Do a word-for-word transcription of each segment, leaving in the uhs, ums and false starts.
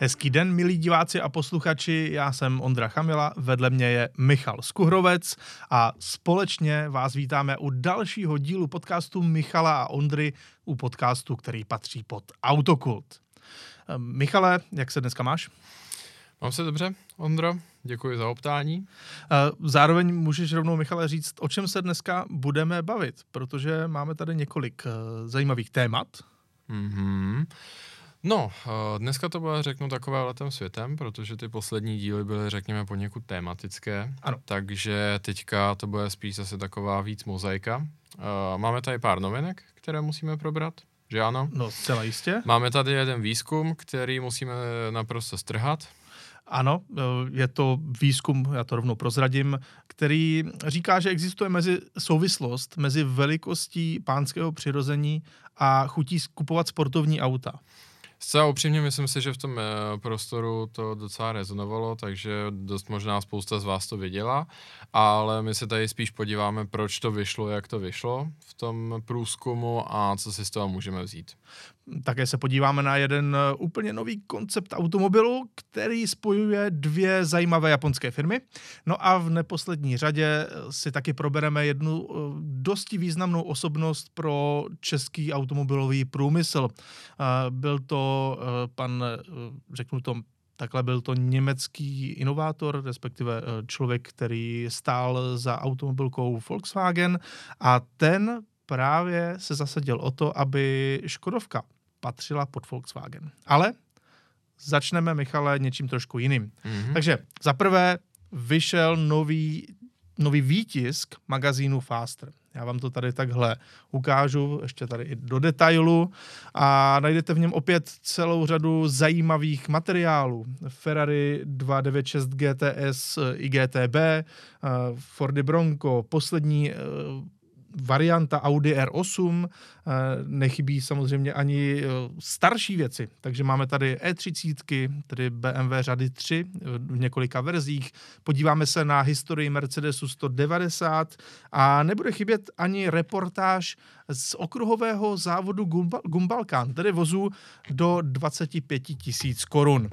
Hezký den, milí diváci a posluchači, já jsem Ondra Chamila, vedle mě je Michal Skuhrovec a společně vás vítáme u dalšího dílu podcastu Michala a Ondry, u podcastu, který patří pod Autokult. Michale, jak se dneska máš? Mám se dobře, Ondro, děkuji za optání. Zároveň můžeš rovnou, Michale, říct, o čem se dneska budeme bavit, protože máme tady několik zajímavých témat. Mm-hmm. No, dneska to bude, řeknu, takové letem světem, protože ty poslední díly byly, řekněme, poněkud tématické. Ano. Takže teďka to bude spíš zase taková víc mozaika. Máme tady pár novinek, které musíme probrat, že ano? No, zcela jistě. Máme tady jeden výzkum, který musíme naprosto strhat. Ano, je to výzkum, já to rovnou prozradím, který říká, že existuje mezi souvislost mezi velikostí pánského přirození a chutí kupovat sportovní auta. Zcela upřímně myslím si, že v tom prostoru to docela rezonovalo, takže dost možná spousta z vás to viděla, ale my se tady spíš podíváme, proč to vyšlo, jak to vyšlo v tom průzkumu a co si z toho můžeme vzít. Také se podíváme na jeden úplně nový koncept automobilu, který spojuje dvě zajímavé japonské firmy. No a v neposlední řadě si taky probereme jednu dosti významnou osobnost pro český automobilový průmysl. Byl to pan, řeknu to takhle, byl to německý inovátor, respektive člověk, který stál za automobilkou Volkswagen a ten právě se zasadil o to, aby Škodovka patřila pod Volkswagen. Ale začneme, Michale, něčím trošku jiným. Mm-hmm. Takže za prvé vyšel nový, nový výtisk magazínu Faster. Já vám to tady takhle ukážu, ještě tady i do detailu a najdete v něm opět celou řadu zajímavých materiálů. Ferrari dvě devět šest G T S i G T B, Fordy Bronco, poslední varianta Audi R osm, nechybí samozřejmě ani starší věci, takže máme tady E třicet, tedy B M W řady tři v několika verzích, podíváme se na historii Mercedesu sto devadesát a nebude chybět ani reportáž z okruhového závodu Gumbal- Gumbalkan, tedy vozu do dvacet pět tisíc korun.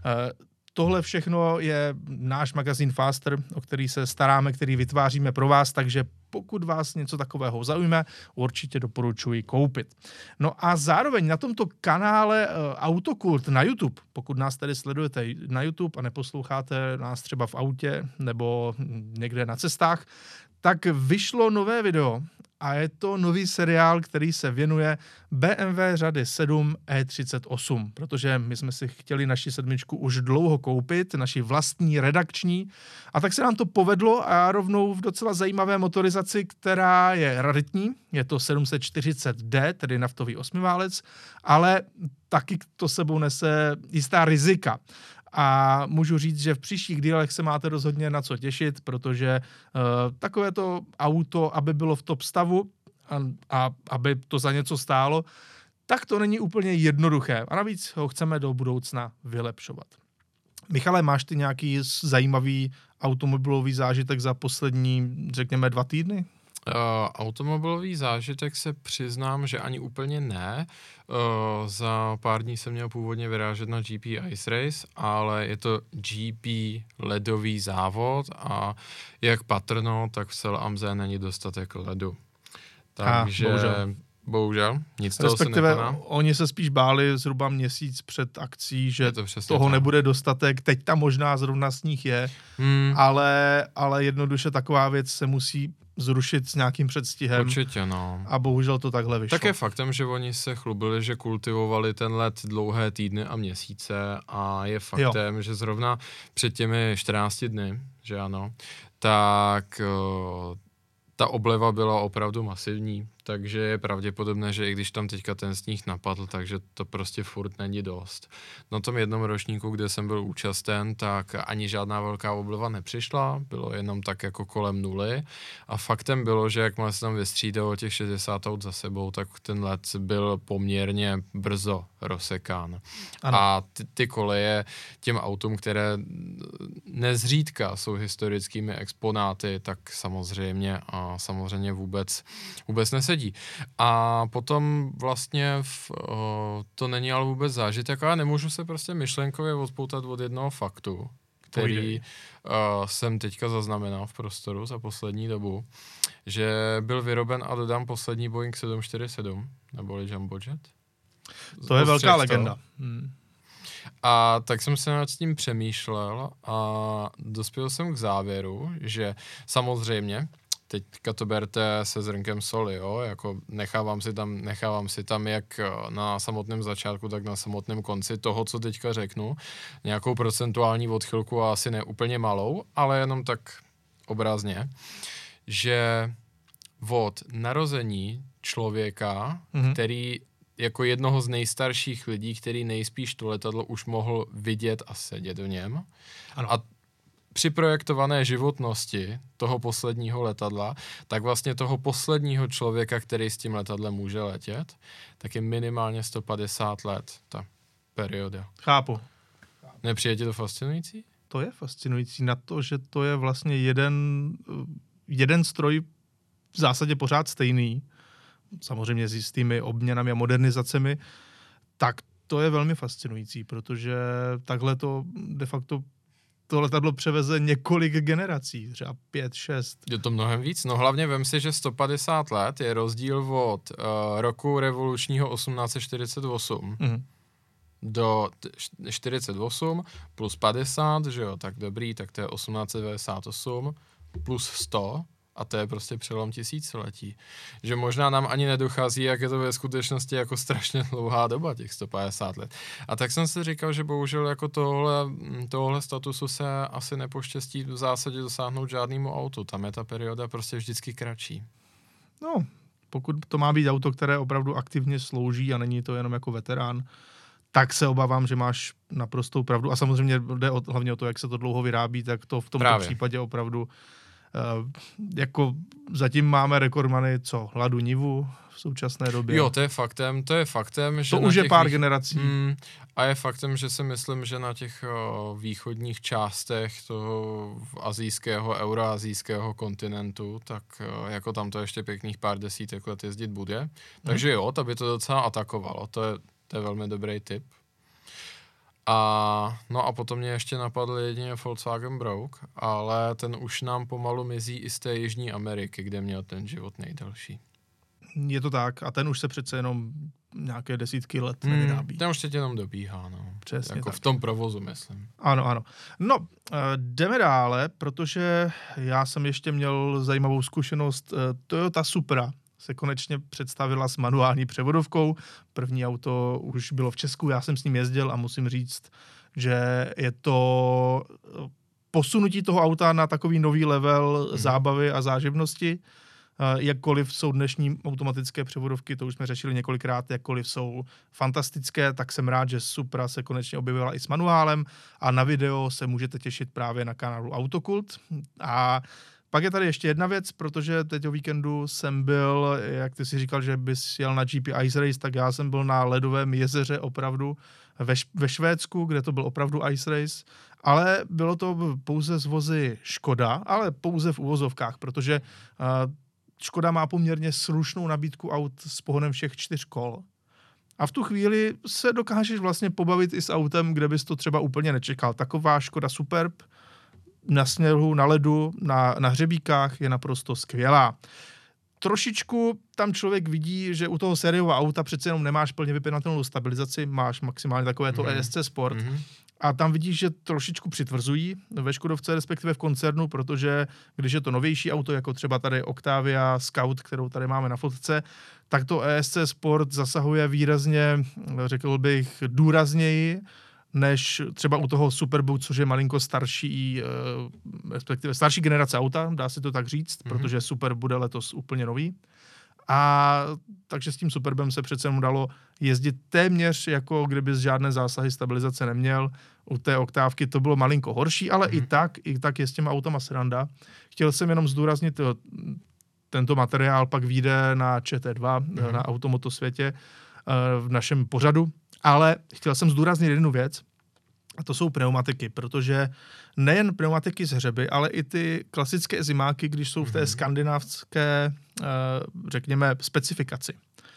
Tohle všechno je náš magazín Faster, o který se staráme, který vytváříme pro vás, takže pokud vás něco takového zaujme, určitě doporučuji koupit. No a zároveň na tomto kanále Autokult na YouTube, pokud nás tedy sledujete na YouTube a neposloucháte nás třeba v autě nebo někde na cestách, tak vyšlo nové video a je to nový seriál, který se věnuje B M W řady sedm E třicet osm, protože my jsme si chtěli naši sedmičku už dlouho koupit, naši vlastní redakční, a tak se nám to povedlo a rovnou v docela zajímavé motorizaci, která je raritní, je to sedm set čtyřicet D, tedy naftový osmiválec, ale taky to sebou nese jistá rizika. A můžu říct, že v příštích dílech se máte rozhodně na co těšit, protože uh, takovéto auto, aby bylo v top stavu a, a aby to za něco stálo, tak to není úplně jednoduché. A navíc ho chceme do budoucna vylepšovat. Michale, máš ty nějaký zajímavý automobilový zážitek za poslední, řekněme, dva týdny? Uh, automobilový zážitek se přiznám, že ani úplně ne. Uh, za pár dní jsem měl původně vyrážet na G P Ice Race, ale je to G P ledový závod a jak patrno, tak v celé Amze není dostatek ledu. Takže a, bohužel. bohužel, nic toho se Respektive nekoná. Oni se spíš báli zhruba měsíc před akcí, že to toho tak. nebude dostatek. Teď tam možná zrovna sníh je, hmm. ale, ale jednoduše taková věc se musí zrušit s nějakým předstihem. Určitě, no. A bohužel to takhle vyšlo. Tak je faktem, že oni se chlubili, že kultivovali ten led dlouhé týdny a měsíce a je faktem, jo. že zrovna před těmi čtrnácti dny, že ano, tak uh, ta obleva byla opravdu masivní, takže je pravděpodobné, že i když tam teďka ten sníh napadl, takže to prostě furt není dost. Na tom jednom ročníku, kde jsem byl účasten, tak ani žádná velká obleva nepřišla, bylo jenom tak jako kolem nuly a faktem bylo, že jakmile se tam vystřídalo těch šedesát aut za sebou, tak ten led byl poměrně brzo rozsekán. Ano. A ty, ty koleje těm autům, které nezřídka jsou historickými exponáty, tak samozřejmě a samozřejmě vůbec, vůbec nesedí. prostředí. A potom vlastně v, o, to není ale vůbec zážitek, ale nemůžu se prostě myšlenkově odpoutat od jednoho faktu, který uh, jsem teďka zaznamenal v prostoru za poslední dobu, že byl vyroben a dodám poslední Boeing sedm čtyřicet sedm, neboli Jumbo Jet. To je velká legenda. Hmm. A tak jsem se nad tím přemýšlel a dospěl jsem k závěru, že samozřejmě, teďka to berte se zrnkem soli, jo, jako nechávám si tam, nechávám si tam jak na samotném začátku, tak na samotném konci toho, co teďka řeknu, nějakou procentuální odchylku a asi ne úplně malou, ale jenom tak obrazně, že od narození člověka, mm-hmm. který jako jednoho z nejstarších lidí, který nejspíš to letadlo už mohl vidět a sedět v něm. Ano. A při projektované životnosti toho posledního letadla, tak vlastně toho posledního člověka, který s tím letadlem může letět, tak je minimálně sto padesát let ta perioda. Chápu. Nepřijde ti to fascinující? To je fascinující na to, že to je vlastně jeden, jeden stroj v zásadě pořád stejný, samozřejmě s jistými obměnami a modernizacemi, tak to je velmi fascinující, protože takhle to de facto to letadlo převeze několik generací, třeba pět, šest. Je to mnohem víc. No hlavně vem si, že sto padesát let je rozdíl od uh, roku revolučního osmnáct set čtyřicet osm mm. do t- čtyřicet osm plus padesát, že jo, tak dobrý, tak to je osmnáct set devadesát osm plus sto, a to je prostě přelom tisíciletí. Že možná nám ani nedochází, jak je to ve skutečnosti jako strašně dlouhá doba, těch sto padesát let. A tak jsem si říkal, že bohužel jako tohle, tohle statusu se asi nepoštěstí v zásadě dosáhnout žádnému autu. Tam je ta perioda prostě vždycky kratší. No, pokud to má být auto, které opravdu aktivně slouží a není to jenom jako veterán, tak se obávám, že máš naprostou pravdu. A samozřejmě jde o, hlavně o to, jak se to dlouho vyrábí, tak to v tomto Právě. případě opravdu Uh, jako zatím máme rekordmany, co, Ladu Nivu v současné době. Jo, to je faktem, to je faktem, že to už je pár vých... generací. Mm, a je faktem, že si myslím, že na těch uh, východních částech toho asijského, euroazijského kontinentu, tak uh, jako tam to ještě pěkných pár desítek let jezdit bude. Takže hmm. jo, to by to docela atakovalo. To je, to je velmi dobrý tip. A no a potom mě ještě napadl jedině Volkswagen Brouk, ale ten už nám pomalu mizí i z té Jižní Ameriky, kde měl ten život nejdelší. Je to tak a ten už se přece jenom nějaké desítky let hmm, nevyrábí. Ten už teď jenom dobíhá, no. Přesně jako tak. V tom provozu, myslím. Ano, ano. No, jdeme dále, protože já jsem ještě měl zajímavou zkušenost. Toyota Supra se konečně představila s manuální převodovkou. První auto už bylo v Česku, já jsem s ním jezdil a musím říct, že je to posunutí toho auta na takový nový level mm. zábavy a záživnosti. Jakkoliv jsou dnešní automatické převodovky, to už jsme řešili několikrát, jakkoliv jsou fantastické, tak jsem rád, že Supra se konečně objevila i s manuálem a na video se můžete těšit právě na kanálu Autokult. A pak je tady ještě jedna věc, protože teď o víkendu jsem byl, jak ty si říkal, že bys jel na G P Ice Race, tak já jsem byl na ledovém jezeře opravdu ve, ve Švédsku, kde to byl opravdu Ice Race, ale bylo to pouze z vozy Škoda, ale pouze v uvozovkách, protože uh, Škoda má poměrně slušnou nabídku aut s pohonem všech čtyř kol. A v tu chvíli se dokážeš vlastně pobavit i s autem, kde bys to třeba úplně nečekal. Taková Škoda Superb na sněhu, na ledu, na, na hřebíkách je naprosto skvělá. Trošičku tam člověk vidí, že u toho sériového auta přece jenom nemáš plně vypínatelnou stabilizaci, máš maximálně takové to mm-hmm. E S C Sport. Mm-hmm. A tam vidíš, že trošičku přitvrzují ve Škodovce, respektive v koncernu, protože když je to novější auto, jako třeba tady Octavia Scout, kterou tady máme na fotce, tak to E S C Sport zasahuje výrazně, řekl bych, důrazněji, než třeba u toho Superbu, což je malinko starší, respektive starší generace auta, dá se to tak říct, mm-hmm. protože Super bude letos úplně nový. A takže s tím Superbem se přece mu dalo jezdit téměř, jako kdyby žádné zásahy stabilizace neměl. U té Oktávky to bylo malinko horší, ale mm-hmm. i tak, i tak je s těma autama sranda. Chtěl jsem jenom zdůraznit, tento materiál pak vyjde na Č T dva, mm-hmm. na Automotosvětě, v našem pořadu, ale chtěl jsem zdůraznit jednu věc, a to jsou pneumatiky, protože nejen pneumatiky z hřeby, ale i ty klasické zimáky, když jsou v té skandinávské řekněme, specifikaci,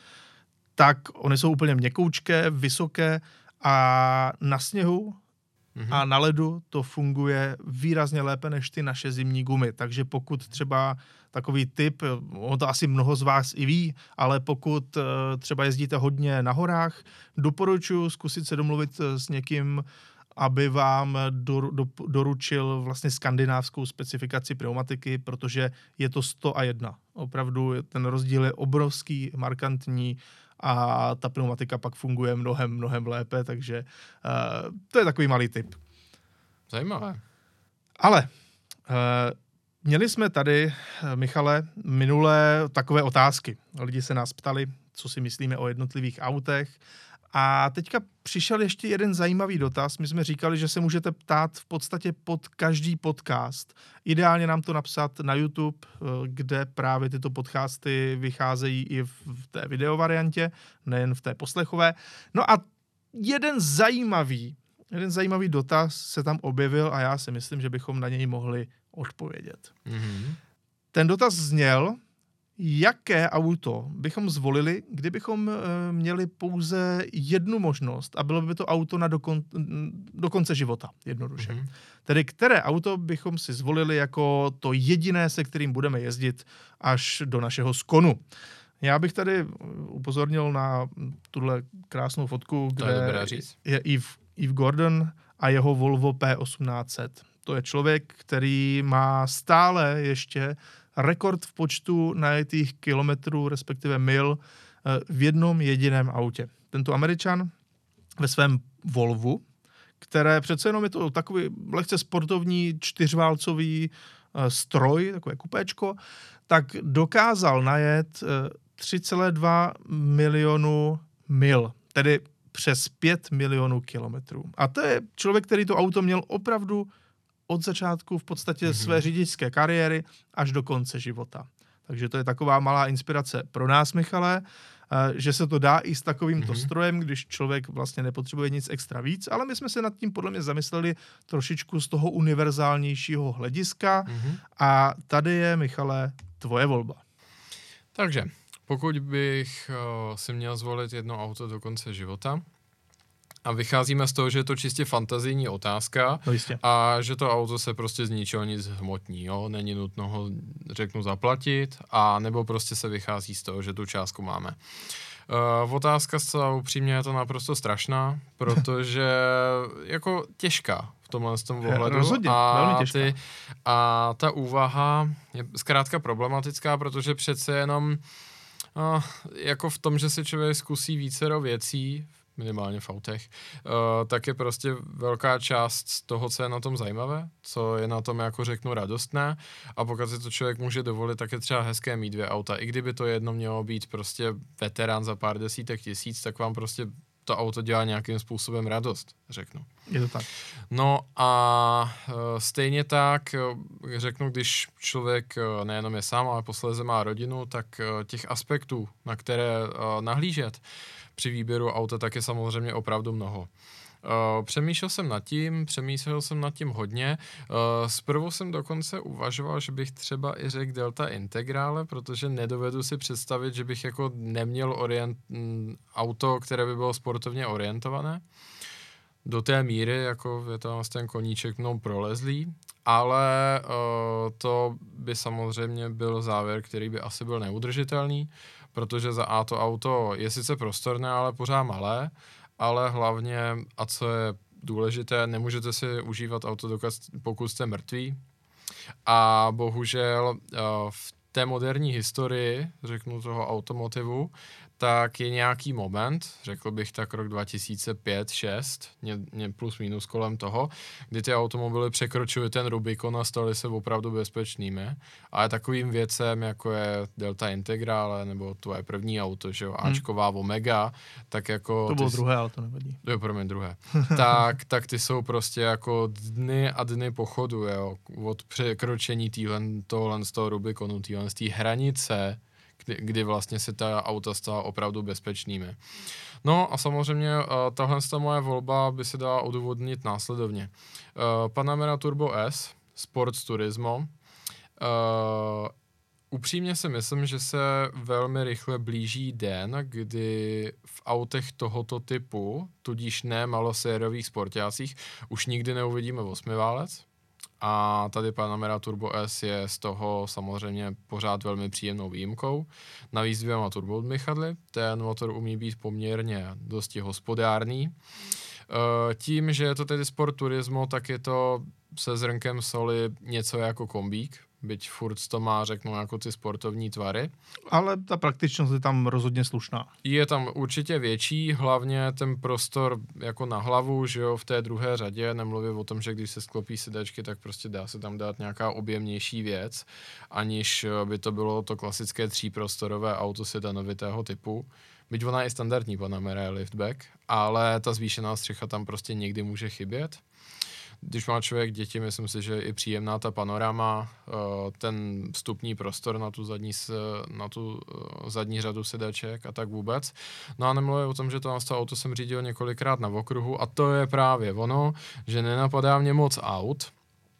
tak ony jsou úplně měkoučké, vysoké a na sněhu mm-hmm. a na ledu to funguje výrazně lépe než ty naše zimní gumy. Takže pokud třeba takový typ, on to asi mnoho z vás i ví, ale pokud třeba jezdíte hodně na horách, doporučuji zkusit se domluvit s někým, aby vám do, do, doručil vlastně skandinávskou specifikaci pneumatiky, protože je to sto a jedna. Opravdu ten rozdíl je obrovský, markantní a ta pneumatika pak funguje mnohem, mnohem lépe, takže uh, to je takový malý tip. Zajímavé. Ale uh, měli jsme tady, Michale, minulé takové otázky. Lidi se nás ptali, co si myslíme o jednotlivých autech. A teďka přišel ještě jeden zajímavý dotaz. My jsme říkali, že se můžete ptát v podstatě pod každý podcast. Ideálně nám to napsat na YouTube, kde právě tyto podcasty vycházejí i v té videovariantě, nejen v té poslechové. No a jeden zajímavý, jeden zajímavý dotaz se tam objevil a já si myslím, že bychom na něj mohli odpovědět. Mm-hmm. Ten dotaz zněl, jaké auto bychom zvolili, kdybychom e, měli pouze jednu možnost a bylo by to auto na dokon, do konce života, jednoduše. Mm-hmm. Tedy které auto bychom si zvolili jako to jediné, se kterým budeme jezdit až do našeho skonu. Já bych tady upozornil na tuhle krásnou fotku, kde je Yves, Yves Gordon a jeho Volvo P osmnáct set. To je člověk, který má stále ještě rekord v počtu najetých kilometrů, respektive mil v jednom jediném autě. Tento Američan ve svém Volvu, které přece jenom je to takový lehce sportovní čtyřválcový stroj, takové kupéčko, tak dokázal najet tři celé dva milionu mil, tedy přes pět milionů kilometrů. A to je člověk, který to auto měl opravdu od začátku v podstatě mm-hmm. své řidičské kariéry až do konce života. Takže to je taková malá inspirace pro nás, Michale, že se to dá i s takovýmto mm-hmm. strojem, když člověk vlastně nepotřebuje nic extra víc, ale my jsme se nad tím podle mě zamysleli trošičku z toho univerzálnějšího hlediska mm-hmm. a tady je, Michale, tvoje volba. Takže, pokud bych uh, si měl zvolit jedno auto do konce života, a vycházíme z toho, že je to čistě fantazijní otázka no a že to auto se prostě z ničeho nic hmotní, jo? Není nutno ho, řeknu, zaplatit, a nebo prostě se vychází z toho, že tu částku máme. Uh, otázka zcela upřímně je to naprosto strašná, protože jako těžká v tomhle z tom ohledu. Rozhodně, a velmi těžká. Ty, a ta úvaha je zkrátka problematická, protože přece jenom uh, jako v tom, že se člověk zkusí vícero věcí, minimálně v autech, uh, tak je prostě velká část z toho, co je na tom zajímavé, co je na tom, jako řeknu, radostné, a pokud si to člověk může dovolit, tak je třeba hezké mít dvě auta. I kdyby to jedno mělo být prostě veterán za pár desítek tisíc, tak vám prostě to auto dělá nějakým způsobem radost, řeknu. Je to tak. No a uh, stejně tak, uh, řeknu, když člověk uh, nejenom je sám, ale posléze má rodinu, tak uh, těch aspektů, na které uh, nahlížet při výběru auta, tak je samozřejmě opravdu mnoho. Uh, přemýšlel jsem nad tím, přemýšlel jsem nad tím hodně. Uh, zprvu jsem dokonce uvažoval, že bych třeba i řekl Delta Integrale, protože nedovedu si představit, že bych jako neměl orient, m, auto, které by bylo sportovně orientované. Do té míry, jako je to ten koníček mnou prolezlý, ale uh, to by samozřejmě byl závěr, který by asi byl neudržitelný, protože za A to auto je sice prostorné, ale pořád malé, ale hlavně, a co je důležité, nemůžete si užívat auto, dokud, pokud jste mrtví. A bohužel v té moderní historii, řeknu toho automotivu, tak je nějaký moment, řekl bych tak rok dva tisíce pět šest, plus minus kolem toho, kdy ty automobily překročily ten Rubikon a staly se opravdu bezpečnými. Ale takovým věcem, jako je Delta Integrale, nebo tvoje první auto, že jo, Ačková hmm. Omega, tak jako... To bylo ty, druhé, ale to nevadí. Jo, pro mě druhé. tak, tak ty jsou prostě jako dny a dny pochodu, jo, od překročení týhle, tohle z toho Rubikonu, týhle z té hranice, Kdy, kdy vlastně si ta auta stala opravdu bezpečnými. No a samozřejmě uh, tahle moje volba by se dala odůvodnit následovně. Uh, Panamera Turbo S, Sport Turismo, uh, upřímně si myslím, že se velmi rychle blíží den, kdy v autech tohoto typu, tudíž ne malosériových sportácích, už nikdy neuvidíme osmiválec. A tady Panamera Turbo S je z toho samozřejmě pořád velmi příjemnou výjimkou. Navíc dvěma turboodmychadly, ten motor umí být poměrně dosti hospodárný. Tím, že je to tedy Sport Turismo, tak je to se zrnkem soli něco jako kombík, byť furt to má, řeknu, jako ty sportovní tvary. Ale ta praktičnost je tam rozhodně slušná. Je tam určitě větší, hlavně ten prostor jako na hlavu, že jo, v té druhé řadě, nemluvím o tom, že když se sklopí sedačky, tak prostě dá se tam dát nějaká objemnější věc, aniž by to bylo to klasické tříprostorové auto sedanovitého typu. Byť ona je standardní Panamera je liftback, ale ta zvýšená střecha tam prostě někdy může chybět. Když má člověk děti, myslím si, že je i příjemná ta panorama, ten vstupní prostor na tu zadní, na tu zadní řadu sedaček a tak vůbec. No a nemluvím o tom, že to, to auto jsem řídil několikrát na okruhu a to je právě ono, že nenapadá mě moc aut,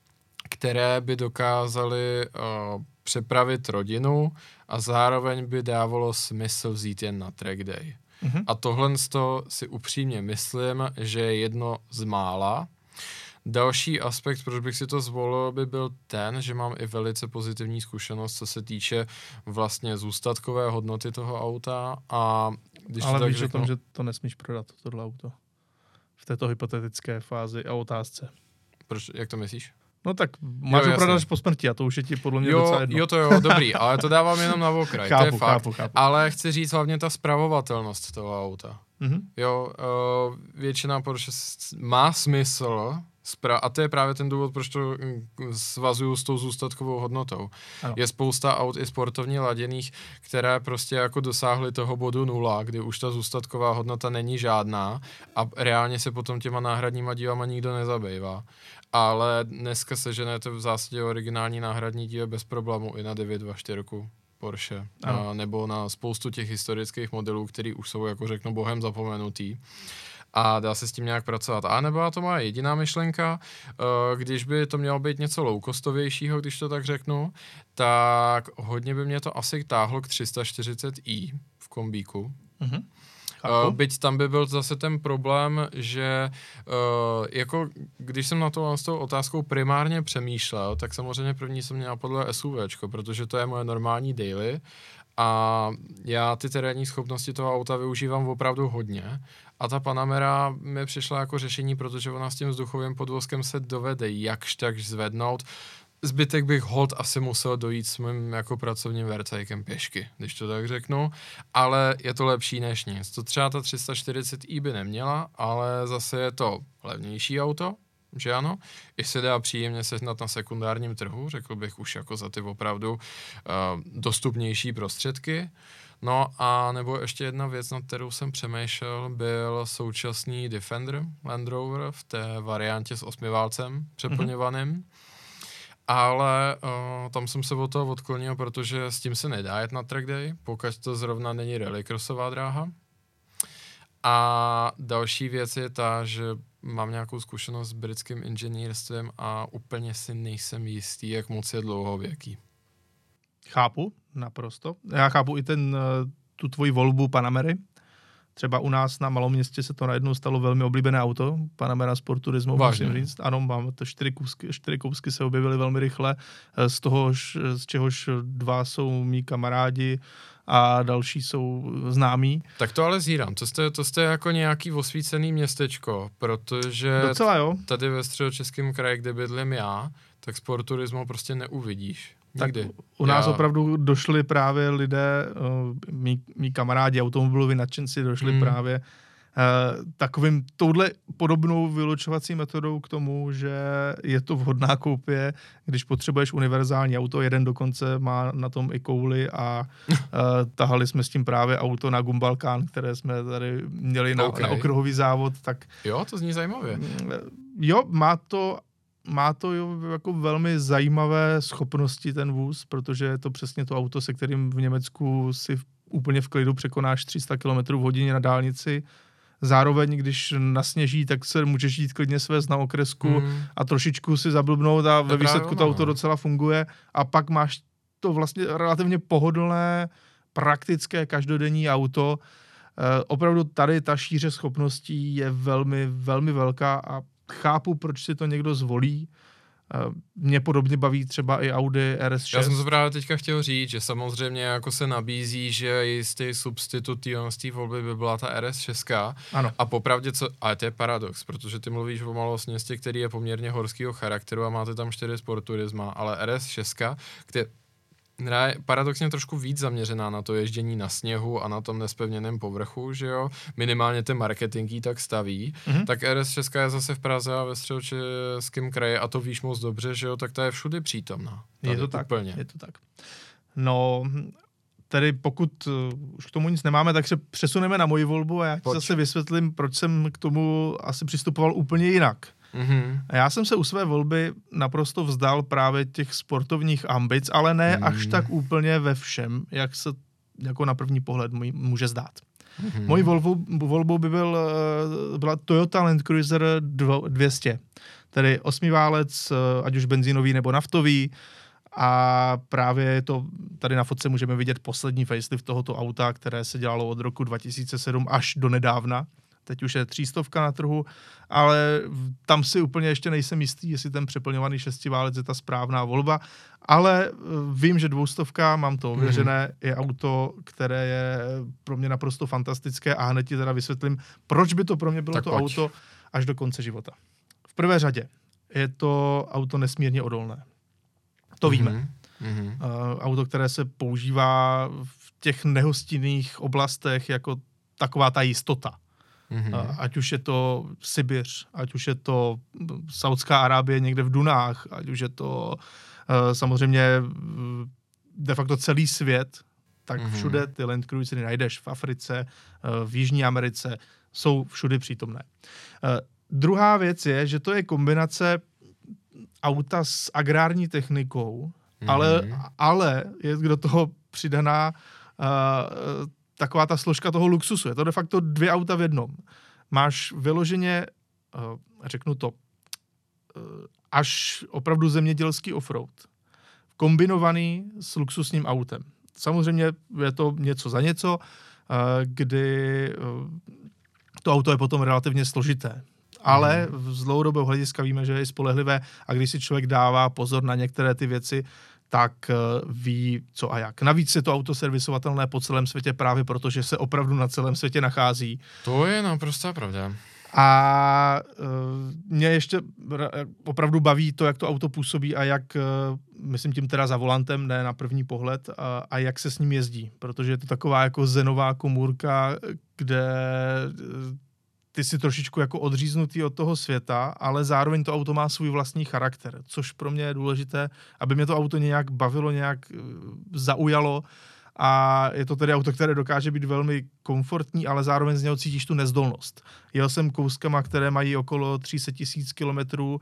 které by dokázaly uh, přepravit rodinu a zároveň by dávalo smysl vzít jen na track day. Mm-hmm. A tohle si upřímně myslím, že je jedno z mála. Další aspekt, proč bych si to zvolil, by byl ten, že mám i velice pozitivní zkušenost, co se týče vlastně zůstatkové hodnoty toho auta. A když ale to víš tak řeknu, o tom, že to nesmíš prodat, tohle auto. V této hypotetické fázi a otázce. Proč, jak to myslíš? No tak máš ho prodat až po smrti a to už je ti podle mě jo, docela jedno. Jo, to jo, dobrý, ale to dávám jenom na okraj, chápu, to je fakt. Chápu, chápu. Ale chci říct hlavně ta spravovatelnost toho auta. Mm-hmm. Jo, uh, většina Porsche má smysl, spra- a to je právě ten důvod, proč to svazuju s tou zůstatkovou hodnotou. Ano. Je spousta aut i sportovně laděných, které prostě jako dosáhly toho bodu nula, kdy už ta zůstatková hodnota není žádná a reálně se potom těma náhradníma dílama nikdo nezabývá. Ale dneska seženete v zásadě originální náhradní díl bez problému i na devět dva čtyři Porsche. A nebo na spoustu těch historických modelů, který už jsou, jako řeknu, bohem zapomenutý. A dá se s tím nějak pracovat. A nebyla to moje jediná myšlenka, když by to mělo být něco low-costovějšího, když to tak řeknu, tak hodně by mě to asi táhlo k tři sta čtyřicet i v kombíku. Mm-hmm. Uh, byť tam by byl zase ten problém, že uh, jako když jsem na to s tou otázkou primárně přemýšlel, tak samozřejmě první jsem měl podle SUVčko, protože to je moje normální daily a já ty terénní schopnosti toho auta využívám opravdu hodně a ta Panamera mi přišla jako řešení, protože ona s tím vzduchovým podvozkem se dovede jakž tak zvednout. Zbytek bych hold asi musel dojít s mým jako pracovním vercajkem pěšky, když to tak řeknu, ale je to lepší než nic. To třeba ta tři sta čtyřicet i by neměla, ale zase je to levnější auto, že ano, i se dá příjemně sehnat na sekundárním trhu, řekl bych už jako za ty opravdu uh, dostupnější prostředky. No a nebo ještě jedna věc, nad kterou jsem přemýšlel, byl současný Defender Land Rover v té variantě s osmiválcem přeplňovaným. Mm-hmm. Ale uh, tam jsem se od toho odklonil, protože s tím se nedá jet na track day, pokud to zrovna není rallycrossová dráha. A další věc je ta, že mám nějakou zkušenost s britským inženýrstvím a úplně si nejsem jistý, jak moc je dlouhověký. Chápu, naprosto. Já chápu i ten, tu tvoji volbu Panamery. Třeba u nás na malom městě se to najednou stalo velmi oblíbené auto, Panamera Sport Turismo, musím říct. Ano, máme to čtyři kousky, čtyři kousky se objevily velmi rychle, z toho, z čehož dva jsou mý kamarádi a další jsou známí. Tak to ale zírám, to jste, to jste jako nějaký osvícený městečko, protože docela, jo. Tady ve Středočeském kraji, kde bydlím já, tak Sport Turismo prostě neuvidíš. Nikdy. Tak u nás Já... opravdu došli právě lidé, uh, mý, mý kamarádi, automobiloví nadšenci, došli mm. právě uh, takovým touhle podobnou vylučovací metodou k tomu, že je to vhodná koupě, když potřebuješ univerzální auto, jeden dokonce má na tom i kouli a uh, tahali jsme s tím právě auto na Gumbalkán, které jsme tady měli na, okay. na okruhový závod. Tak, jo, to zní zajímavě. Jo, má to Má to jako velmi zajímavé schopnosti ten vůz, protože je to přesně to auto, se kterým v Německu si úplně v klidu překonáš tři sta kilometrů v hodině na dálnici. Zároveň, když nasněží, tak se můžeš jít klidně svést na okresku hmm. a trošičku si zablbnout a ve výsledku to auto docela funguje. A pak máš to vlastně relativně pohodlné, praktické, každodenní auto. E, opravdu tady ta šíře schopností je velmi, velmi velká a chápu, proč si to někdo zvolí. Mě podobně baví třeba i Audi R S šest. Já jsem to právě teďka chtěl říct, že samozřejmě jako se nabízí, že jistý substitut té volby by byla ta R S šest. Ano. A popravdě, co, ale to je paradox, protože ty mluvíš o malostměstě, který je poměrně horského charakteru a máte tam čtyři sporturisma, ale R S šest, kde je paradoxně trošku víc zaměřená na to ježdění na sněhu a na tom nespevněném povrchu, že jo, minimálně ten marketing jí tak staví, mm-hmm. tak R S šest je zase v Praze a ve Středočeském kraji a to víš moc dobře, že jo, tak ta je všudy přítomná. Je to tak, úplně. Je to tak. No, tedy pokud uh, už k tomu nic nemáme, tak se přesuneme na moji volbu a já ti zase vysvětlím, proč jsem k tomu asi přistupoval úplně jinak. Mm-hmm. Já jsem se u své volby naprosto vzdal právě těch sportovních ambic, ale ne mm. až tak úplně ve všem, jak se jako na první pohled může zdát. Mm-hmm. Mojí volbou, volbou by byl, byla Toyota Land Cruiser dvě stě, tedy osmiválec, ať už benzínový nebo naftový, a právě to tady na fotce můžeme vidět poslední facelift tohoto auta, které se dělalo od roku dva tisíce sedm až do nedávna. Teď už je třístovka na trhu, ale tam si úplně ještě nejsem jistý, jestli ten přeplňovaný šestiválec je ta správná volba, ale vím, že dvoustovka, mám to ověřené, mm-hmm. je auto, které je pro mě naprosto fantastické a hned ti teda vysvětlím, proč by to pro mě bylo tak to pojď. Auto až do konce života. V prvé řadě je to auto nesmírně odolné. To mm-hmm. víme. Mm-hmm. Uh, auto, které se používá v těch nehostinných oblastech jako taková ta jistota. Mm-hmm. Ať už je to Sibiř, ať už je to Saudská Arábie někde v Dunách, ať už je to uh, samozřejmě de facto celý svět, tak mm-hmm. všude ty Land Cruisery najdeš v Africe, uh, v Jižní Americe, jsou všudy přítomné. Uh, druhá věc je, že to je kombinace auta s agrární technikou, mm-hmm. ale, ale je do toho přidaná uh, taková ta složka toho luxusu. Je to de facto dvě auta v jednom. Máš vyloženě, řeknu to, až opravdu zemědělský offroad, kombinovaný s luxusním autem. Samozřejmě je to něco za něco, kdy to auto je potom relativně složité. Ale z dlouhodobého hlediska víme, že je spolehlivé a když si člověk dává pozor na některé ty věci, tak uh, ví, co a jak. Navíc je to auto servisovatelné po celém světě právě proto, že se opravdu na celém světě nachází. To je naprostá pravda. A uh, mě ještě opravdu baví to, jak to auto působí a jak, uh, myslím tím teda za volantem, ne na první pohled, a, a jak se s ním jezdí. Protože je to taková jako zenová komůrka, kde uh, ty jsi trošičku jako odříznutý od toho světa, ale zároveň to auto má svůj vlastní charakter, což pro mě je důležité, aby mě to auto nějak bavilo, nějak zaujalo a je to tedy auto, které dokáže být velmi komfortní, ale zároveň z něho cítíš tu nezdolnost. Jel jsem kouskama, které mají okolo tři sta tisíc kilometrů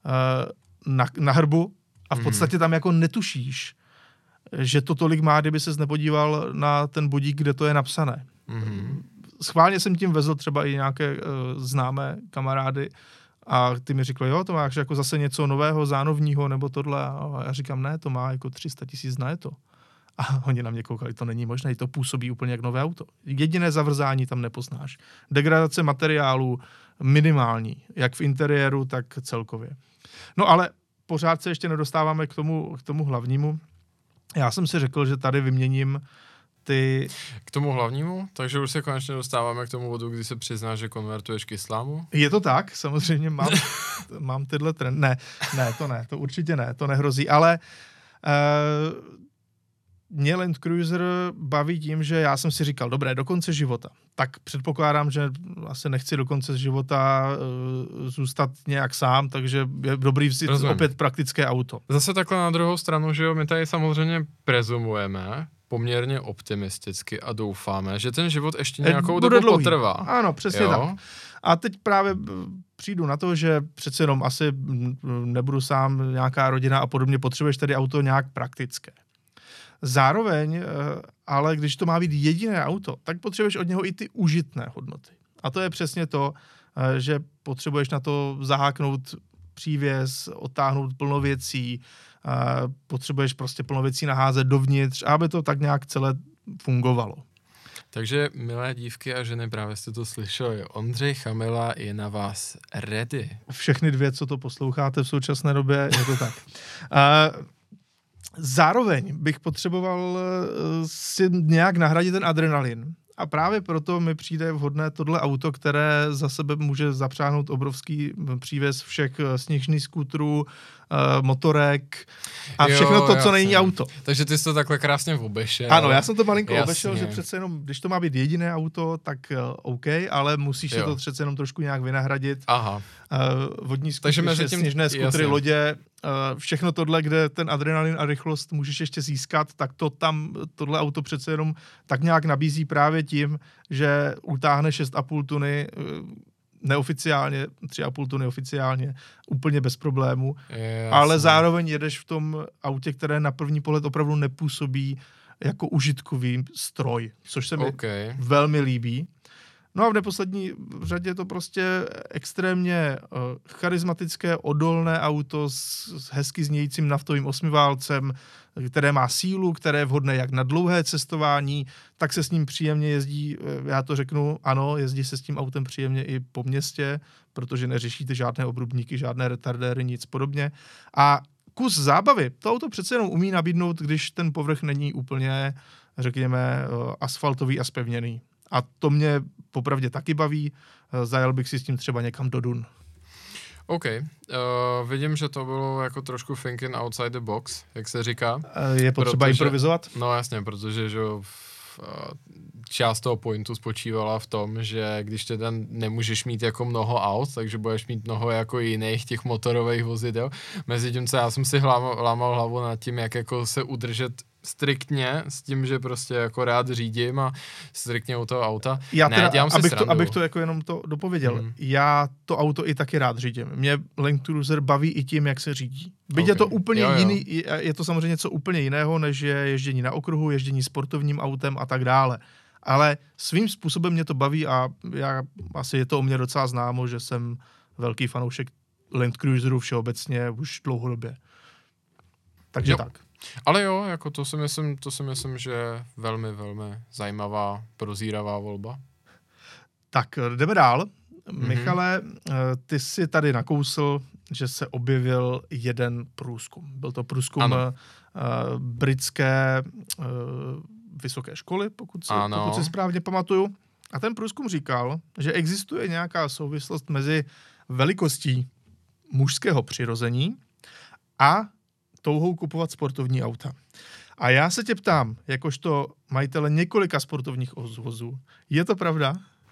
na, na hrbu a v podstatě tam jako netušíš, že to tolik má, kdyby ses nepodíval na ten bodík, kde to je napsané. Mm-hmm. Schválně jsem tím vezl třeba i nějaké uh, známé kamarády a ty mi řekli, jo, to máš jako zase něco nového, zánovního nebo tohle. A já říkám, ne, to má jako tři sta tisíc na je to. A oni na mě koukali, to není možné, to působí úplně jak nové auto. Jediné zavrzání tam nepoznáš. Degradace materiálů minimální, jak v interiéru, tak celkově. No ale pořád se ještě nedostáváme k tomu, k tomu hlavnímu. Já jsem si řekl, že tady vyměním ty... K tomu hlavnímu? Takže už se konečně dostáváme k tomu bodu, kdy se přiznáš, že konvertuješ k islámu? Je to tak, samozřejmě mám, mám tyhle trend. Ne, ne, to ne, to určitě ne, to nehrozí, ale uh, mě Land Cruiser baví tím, že já jsem si říkal, dobré, do konce života. Tak předpokládám, že asi nechci do konce života uh, zůstat nějak sám, takže je dobrý vzít Rozumím. opět praktické auto. Zase takhle na druhou stranu, že jo, my tady samozřejmě prezumujeme, poměrně optimisticky a doufáme, že ten život ještě nějakou dobu dlouhý. potrvá. Ano, přesně jo? tak. A teď právě přijdu na to, že přece jenom asi nebudu sám, nějaká rodina a podobně, potřebuješ tedy auto nějak praktické. Zároveň, ale když to má být jediné auto, tak potřebuješ od něho i ty užitné hodnoty. A to je přesně to, že potřebuješ na to zaháknout přívěs, odtáhnout plno věcí, potřebuješ prostě plno věcí naházet dovnitř, aby to tak nějak celé fungovalo. Takže, milé dívky a ženy, právě jste to slyšeli. Ondřej Chamila je na vás ready. Všechny dvě, co to posloucháte v současné době, je to tak. Uh, zároveň bych potřeboval si nějak nahradit ten adrenalin. A právě proto mi přijde vhodné tohle auto, které za sebe může zapřáhnout obrovský přívěs všech sněžných skútrů, motorek a všechno jo, to, co jasně. Není auto. Takže ty jsi to takhle krásně obešel. Ano, já jsem to malinko jasně. obešel, že přece jenom, když to má být jediné auto, tak OK, ale musíš jo. si to přece jenom trošku nějak vynahradit. Aha. Uh, vodní skutry, sněžné skutry, lodě, uh, všechno tohle, kde ten adrenalin a rychlost můžeš ještě získat, tak to tam, tohle auto přece jenom tak nějak nabízí právě tím, že utáhne šest a půl tuny uh, neoficiálně, tři a půl tuny oficiálně, úplně bez problému, Jasně. ale zároveň jedeš v tom autě, které na první pohled opravdu nepůsobí jako užitkový stroj, což se mi okay. velmi líbí. No a v neposlední řadě je to prostě extrémně uh, charismatické, odolné auto s, s hezky znějícím naftovým osmiválcem, které má sílu, které je vhodné jak na dlouhé cestování, tak se s ním příjemně jezdí, já to řeknu, ano, jezdí se s tím autem příjemně i po městě, protože neřešíte žádné obrubníky, žádné retardéry, nic podobně. A kus zábavy, to auto přece jenom umí nabídnout, když ten povrch není úplně, řekněme, asfaltový a zpevněný. A to mě popravdě taky baví, zajel bych si s tím třeba někam do Dun. OK, uh, vidím, že to bylo jako trošku thinking outside the box, jak se říká. Je potřeba protože, improvizovat? No jasně, protože že část toho pointu spočívala v tom, že když teda nemůžeš mít jako mnoho aut, takže budeš mít mnoho jako jiných těch motorových vozidel. Mezi tím, co já jsem si lámal, lámal hlavu nad tím, jak jako se udržet striktně s tím, že prostě jako rád řídím a striktně u toho auta. Já teda, ne, dělám si abych srandu. To, abych to jako jenom to dopověděl. Hmm. Já to auto i taky rád řídím. Mě Land Cruiser baví i tím, jak se řídí. Byť okay. je to úplně jo, jo. jiný, je to samozřejmě něco úplně jiného, než je ježdění na okruhu, ježdění sportovním autem a tak dále. Ale svým způsobem mě to baví a já asi je to o mě docela známo, že jsem velký fanoušek Land Cruiserů všeobecně už dlouhodobě. Takže jo. tak. Ale jo, jako to si myslím, to si myslím, že je velmi, velmi zajímavá, prozíravá volba. Tak, jdeme dál. Mm-hmm. Michale, ty jsi tady nakousl, že se objevil jeden průzkum. Byl to průzkum uh, britské uh, vysoké školy, pokud si, pokud si správně pamatuju. A ten průzkum říkal, že existuje nějaká souvislost mezi velikostí mužského přirození a touhou kupovat sportovní auta. A já se tě ptám, jakožto majitele několika sportovních vozů, je to pravda?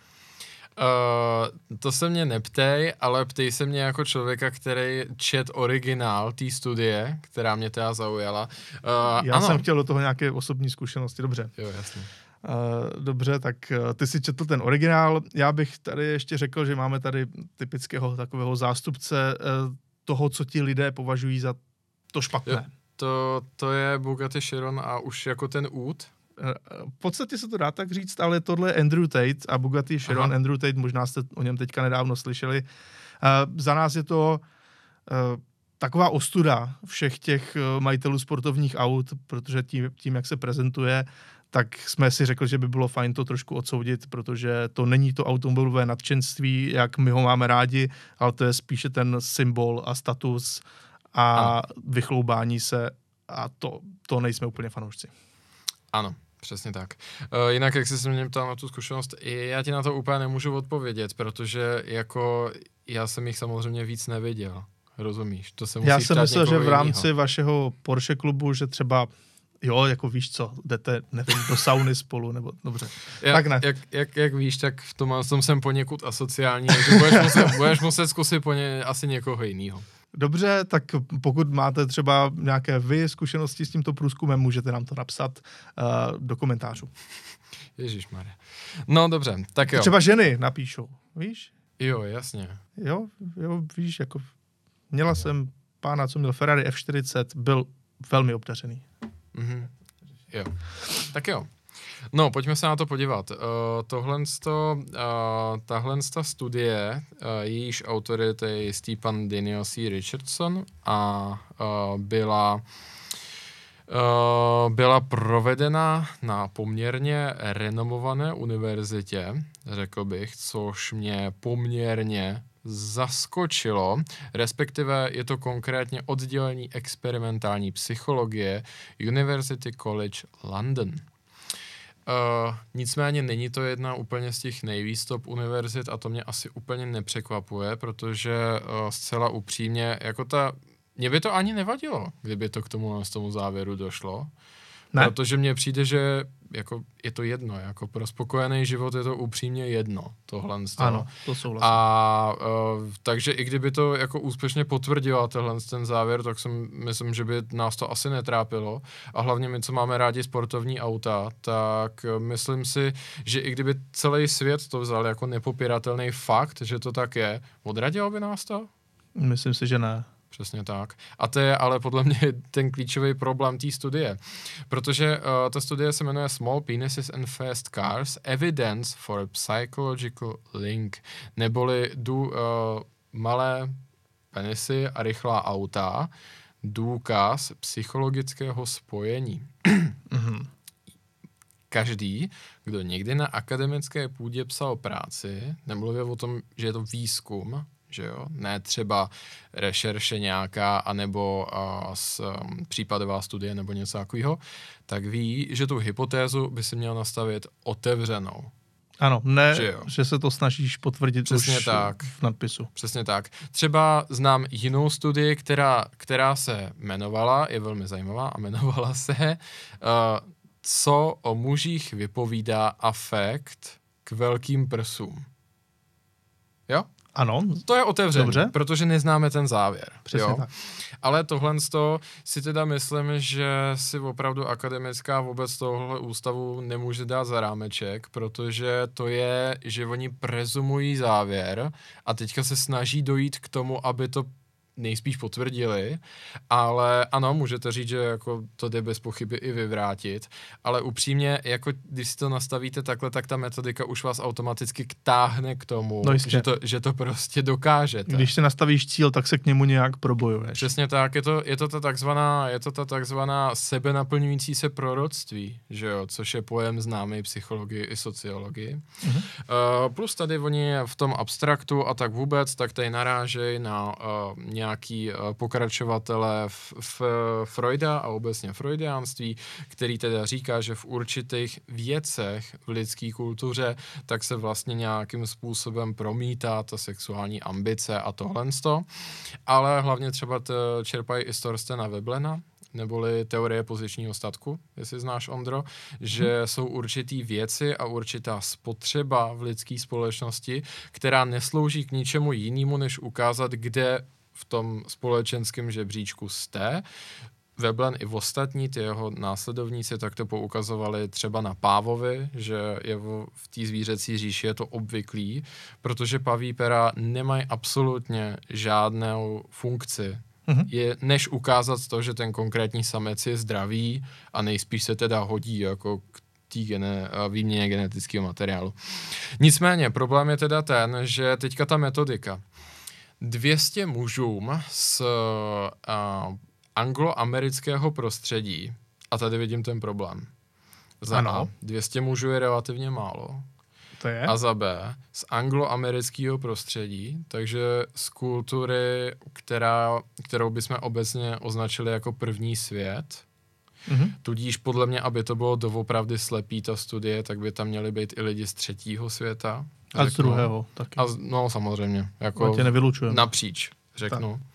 Uh, to se mě neptej, ale ptej se mě jako člověka, který čet originál té studie, která mě teda zaujala. Uh, já ano. jsem chtěl do toho nějaké osobní zkušenosti, dobře. Jo, jasně. Uh, dobře, tak uh, ty si četl ten originál. Já bych tady ještě řekl, že máme tady typického takového zástupce uh, toho, co ti lidé považují za to špatné. Jo, to, to je Bugatti Chiron a už jako ten út. V podstatě se to dá tak říct, ale tohle je Andrew Tate a Bugatti Chiron. Aha. Andrew Tate, možná jste o něm teďka nedávno slyšeli. Uh, za nás je to uh, taková ostuda všech těch uh, majitelů sportovních aut, protože tím, tím, jak se prezentuje, tak jsme si řekli, že by bylo fajn to trošku odsoudit, protože to není to automobilové nadšenství, jak my ho máme rádi, ale to je spíše ten symbol a status a ano. vychloubání se a to, to nejsme úplně fanoušci. Ano, přesně tak. Uh, jinak, jak jsi se mě ptal na tu zkušenost, já ti na to úplně nemůžu odpovědět, protože jako já jsem jich samozřejmě víc neviděl. Rozumíš? To se musí já jsem myslel, že v rámci jinýho. vašeho Porsche klubu, že třeba jo, jako víš co, jdete, nevím, do sauny spolu, nebo dobře. Já, tak ne. Jak, jak, jak víš, tak v tom, v tom jsem poněkud asociální, takže budeš muset, budeš muset zkusit po ně, asi někoho jiného. Dobře, tak pokud máte třeba nějaké vy zkušenosti s tímto průzkumem, můžete nám to napsat uh, do komentářů. Ježišmarja. No dobře, tak jo. Třeba ženy napíšou, víš? Jo, jasně. Jo, jo, víš, jako měla jsem pána, co měl Ferrari F čtyřicet, byl velmi obdařený. Mhm. Jo. Tak jo. No, pojďme se na to podívat. Uh, tohle uh, tahle studie, uh, jejíž autory je Stephen Daniel C. Richardson a uh, byla Uh, byla provedena na poměrně renomované univerzitě, řekl bych, což mě poměrně zaskočilo, respektive je to konkrétně oddělení experimentální psychologie University College London. Uh, nicméně není to jedna úplně z těch nejvíc top univerzit a to mě asi úplně nepřekvapuje, protože uh, zcela upřímně, jako ta mně by to ani nevadilo, kdyby to k tomu, z tomu závěru došlo. Ne. Protože mně přijde, že jako je to jedno, jako pro spokojený život je to upřímně jedno, tohle. Ano, to souhlasím. A uh, takže i kdyby to jako úspěšně potvrdila tenhle ten závěr, tak si myslím, že by nás to asi netrápilo. A hlavně my, co máme rádi sportovní auta, tak myslím si, že i kdyby celý svět to vzal jako nepopiratelný fakt, že to tak je, odradilo by nás to? Myslím si, že ne. Přesně tak. A to je ale podle mě ten klíčový problém té studie. Protože uh, ta studie se jmenuje Small Penises and Fast Cars, Evidence for a Psychological Link. Neboli dů, uh, malé penisy a rychlá auta, důkaz psychologického spojení. Mm-hmm. Každý, kdo někdy na akademické půdě psal práci, nemluvě o tom, že je to výzkum, že jo, ne třeba rešerše nějaká, anebo uh, s, um, případová studie nebo něco takového, tak ví, že tu hypotézu by si měl nastavit otevřenou. Ano, ne, že, že se to snažíš potvrdit přesně už tak. v nadpisu. Přesně tak. Třeba znám jinou studii, která, která se jmenovala, je velmi zajímavá, a jmenovala se uh, Co o mužích vypovídá afekt k velkým prsům. Jo? Ano. To je otevřené, dobře, protože neznáme ten závěr. Přesně jo? tak. Ale tohle z toho si teda myslím, že si opravdu akademická vůbec tohle ústavu nemůže dát za rámeček, protože to je, že oni prezumují závěr a teďka se snaží dojít k tomu, aby to nejspíš potvrdili, ale ano, můžete říct, že jako to jde bez pochyby i vyvrátit, ale upřímně, jako když si to nastavíte takhle, tak ta metodika už vás automaticky táhne k tomu, no že, to, že to prostě dokážete. Když si nastavíš cíl, tak se k němu nějak probojuješ. Přesně tak, je to, je to ta takzvaná, je to ta takzvaná sebenaplňující se proroctví, že jo, což je pojem známý psychologii i sociologii. Uh-huh. Uh, plus tady oni v tom abstraktu a tak vůbec, tak tady narážejí na uh, nějaký uh, pokračovatele v, v Freuda a obecně freudiánství, který teda říká, že v určitých věcech v lidské kultuře tak se vlastně nějakým způsobem promítá ta sexuální ambice a tohle sto, ale hlavně třeba t, čerpají i z Thorstena Veblena, neboli teorie pozičního statku, jestli znáš, Ondro, že hmm. jsou určitý věci a určitá spotřeba v lidské společnosti, která neslouží k ničemu jinému, než ukázat, kde v tom společenském žebříčku jste. Veblen i v ostatní, ty jeho následovníci, tak to poukazovali třeba na pávovi, že je v, v té zvířecí říši je to obvyklý, protože paví pera nemají absolutně žádnou funkci, mm-hmm. je, než ukázat to, že ten konkrétní samec je zdravý a nejspíš se teda hodí jako k té gene, výměně genetického materiálu. Nicméně, problém je teda ten, že teďka ta metodika. dvě stě mužům z uh, angloamerického prostředí, a tady vidím ten problém. Za ano. A, dvě stě mužů je relativně málo. To je. A za B, z angloamerického prostředí, takže z kultury, která, kterou bychom obecně označili jako první svět. Mm-hmm. Tudíž podle mě, aby to bylo doopravdy slepý ta studie, tak by tam měli být i lidi z třetího světa. A z druhého taky. A z, no samozřejmě. Jako tě nevylučujeme. Napříč, řeknu. Tak.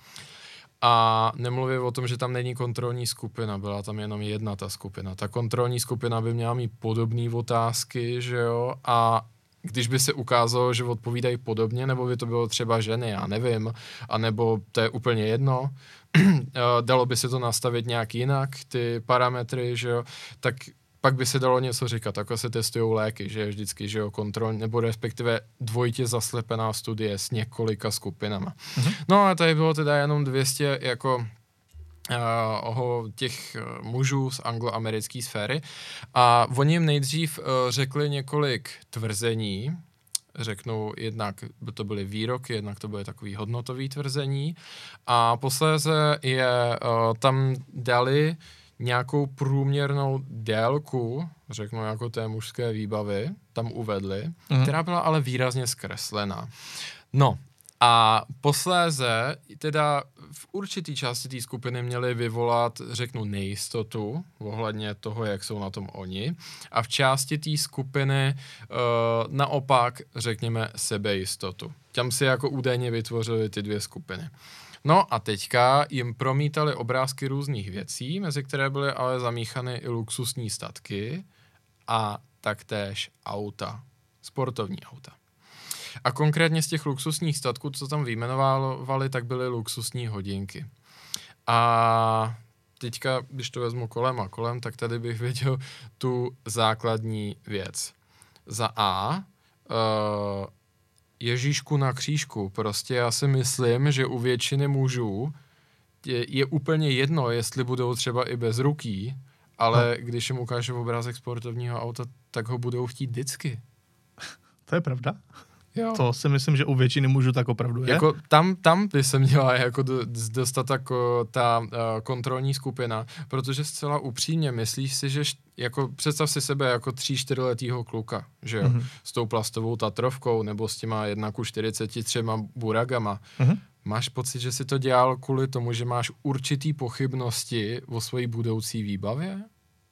A nemluvím o tom, že tam není kontrolní skupina, byla tam jenom jedna ta skupina. Ta kontrolní skupina by měla mít podobné otázky, že jo, a když by se ukázalo, že odpovídají podobně, nebo by to bylo třeba ženy, já nevím, anebo to je úplně jedno, dalo by se to nastavit nějak jinak, ty parametry, že jo, tak pak by se dalo něco říkat, takhle se testujou léky, že je vždycky, že jo, kontrolní, nebo respektive dvojitě zaslepená studie s několika skupinama. Mm-hmm. No a tady bylo teda jenom dvě stě jako uh, těch mužů z angloamerické sféry a oni jim nejdřív uh, řekli několik tvrzení, řeknou jednak to byly výroky, jednak to byly takový hodnotový tvrzení a posléze je uh, tam dali nějakou průměrnou délku, řeknu jako té mužské výbavy, tam uvedli, mm. která byla ale výrazně zkreslená. No a posléze teda v určitý části té skupiny měli vyvolat, řeknu, nejistotu ohledně toho, jak jsou na tom oni a v části té skupiny uh, naopak, řekněme, sebejistotu. Tam si jako údajně vytvořili ty dvě skupiny. No a teďka jim promítali obrázky různých věcí, mezi které byly ale zamíchany i luxusní statky a taktéž auta, sportovní auta. A konkrétně z těch luxusních statků, co tam vyjmenovali, tak byly luxusní hodinky. A teďka, když to vezmu kolem a kolem, tak tady bych viděl tu základní věc. Za A, uh, Ježíšku na křížku. Prostě já si myslím, že u většiny mužů je, je úplně jedno, jestli budou třeba i bez ruky, ale no. Když jim ukážu obrázek sportovního auta, tak ho budou chtít vždycky. To je pravda. Jo. To si myslím, že u většiny mužů tak opravdu je. Jako tam, tam by se měla jako dostat jako ta uh, kontrolní skupina, protože zcela upřímně myslíš si, že št, jako představ si sebe jako tří, čtyřletýho kluka, že jo, mm-hmm. s tou plastovou Tatrovkou nebo s těma jedna ku čtyřiceti třema buragama. Mm-hmm. Máš pocit, že si to dělal kvůli tomu, že máš určitý pochybnosti o své budoucí výbavě?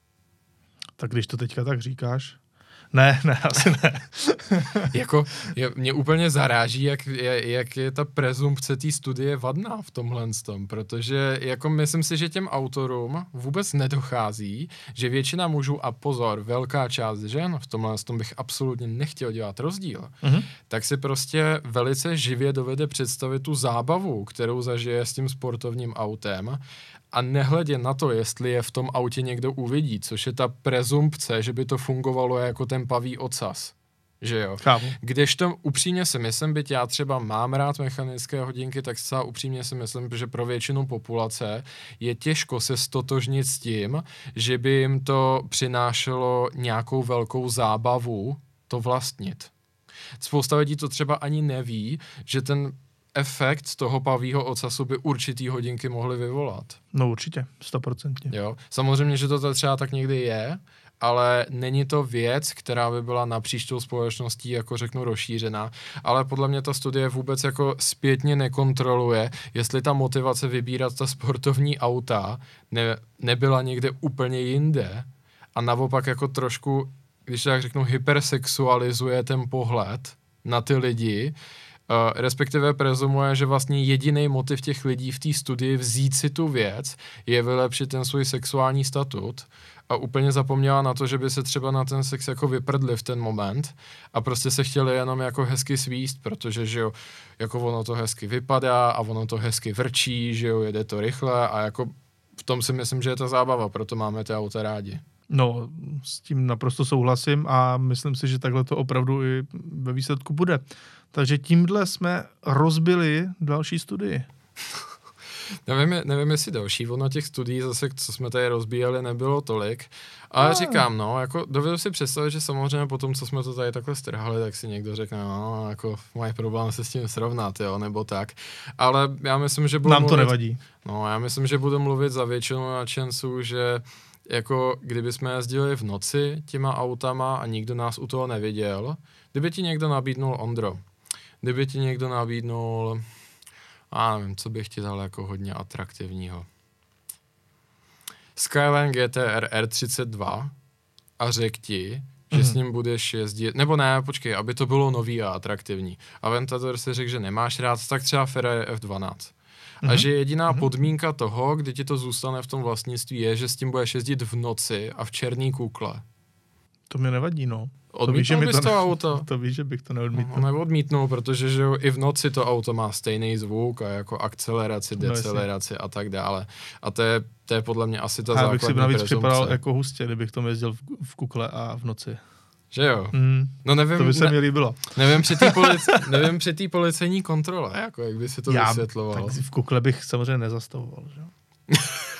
Tak když to teďka tak říkáš... Ne, ne, asi ne. Jako, je, mě úplně zaráží, jak je, jak je ta prezumpce té studie vadná v tomhle tom, protože jako myslím si, že těm autorům vůbec nedochází, že většina mužů a pozor, velká část žen, v tomhle tom bych absolutně nechtěl dělat rozdíl, mm-hmm. tak si prostě velice živě dovede představit tu zábavu, kterou zažije s tím sportovním autem a nehledě na to, jestli je v tom autě někdo uvidí, což je ta prezumpce, že by to fungovalo jako ten pavý ocas. Že jo? Chápu. Kdežto upřímně si myslím, byť já třeba mám rád mechanické hodinky, tak zcela upřímně si myslím, že pro většinu populace je těžko se stotožnit s tím, že by jim to přinášelo nějakou velkou zábavu to vlastnit. Spousta lidí to třeba ani neví, že ten efekt z toho pavýho ocasu by určitý hodinky mohly vyvolat. No určitě, stoprocentně. Jo, samozřejmě, že to třeba tak někdy je, ale není to věc, která by byla napříč tou společností, jako řeknu, rozšířená, ale podle mě ta studie vůbec jako zpětně nekontroluje, jestli ta motivace vybírat ta sportovní auta ne, nebyla někde úplně jinde a naopak jako trošku, když tak řeknu, hypersexualizuje ten pohled na ty lidi, Uh, respektive prezumuje, že vlastně jediný motiv těch lidí v té studii vzít si tu věc je vylepšit ten svůj sexuální statut a úplně zapomněla na to, že by se třeba na ten sex jako vyprdli v ten moment a prostě se chtěli jenom jako hezky svíst, protože že jo, jako ono to hezky vypadá a ono to hezky vrčí, že jo, jede to rychle a jako v tom si myslím, že je ta zábava, proto máme ty auta rádi. No, s tím naprosto souhlasím a myslím si, že takhle to opravdu i ve výsledku bude. Takže tímhle jsme rozbili další studii. nevím, nevím, jestli další, ono těch studií zase, co jsme tady rozbíjeli, nebylo tolik. Ale no. říkám, no, jako dovedu si představit, že samozřejmě po tom, co jsme to tady takhle strhali, tak si někdo řekne, no, jako mají problém se s tím srovnat, jo, nebo tak. Ale já myslím, že budu Nám mluvit, to nevadí. No, já myslím, že budu mluvit za většinu nadšenců, že jako kdyby jsme jezdili v noci těma autama a nikdo nás u toho neviděl, kdyby ti někdo nabídnul Ondro, kdyby ti někdo nabídnul, já nevím, co bych ti dal jako hodně atraktivního. Skyline G T R R třicet dva a řek ti, že mm-hmm. s ním budeš jezdit, nebo ne, počkej, aby to bylo nový a atraktivní. Aventador si řekl, že nemáš rád, tak třeba Ferrari F dvanáct. Mm-hmm. A že jediná mm-hmm. podmínka toho, kdy ti to zůstane v tom vlastnictví, je, že s tím budeš jezdit v noci a v černý kukle. To mi nevadí, no. Odmítnul bys to, to auto? To víš, že bych to neodmítnul. No, neodmítnul, protože že jo, i v noci to auto má stejný zvuk a jako akceleraci, deceleraci no, a tak dále. A to je, to je podle mě asi ta základní prezumce. Já bych si navíc připadal jako hustě, kdybych tom jezdil v, v kukle a v noci. Že jo? Mm, no nevím, to by se ne, mi líbilo. Nevím při té polici, nevím při té policejní kontrole, jako jak by si to Já, vysvětloval. Tak v kukle bych samozřejmě nezastavoval, že jo?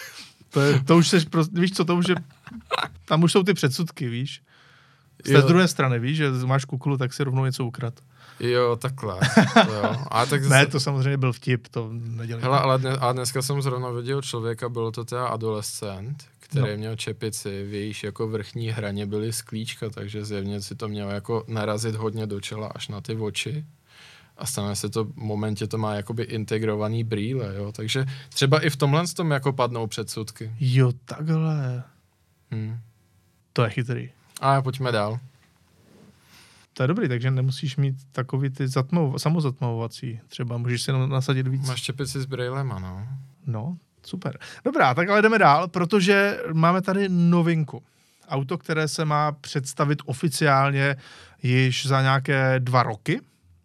To, je, to už seš, prostě, víš co, to už je, tam už jsou ty předsudky, víš. Z té druhé strany, víš, že máš kuklu, tak si rovnou něco ukrat. Jo, takhle. To jo. A tak ne, to samozřejmě byl vtip, to nedělej. Hele, ale dnes, a dneska jsem zrovna viděl člověka, byl to teda adolescent, který no. měl čepici, v jejíž jako vrchní hraně byly sklíčka, takže zjevně si to mělo jako narazit hodně do čela až na ty oči. A stane se to, v momentě to má jakoby integrovaný brýle, jo, takže třeba i v tomhle tom jako padnou předsudky. Jo, takhle. Hmm. To je chytrý. A pojďme dál. To je dobrý, takže nemusíš mít takový ty zatmou, samozatmavovací. Třeba můžeš si nasadit víc. Máš čepici s brýlema, no. No, super. Dobrá, tak ale jdeme dál, protože máme tady novinku. Auto, které se má představit oficiálně již za nějaké dva roky.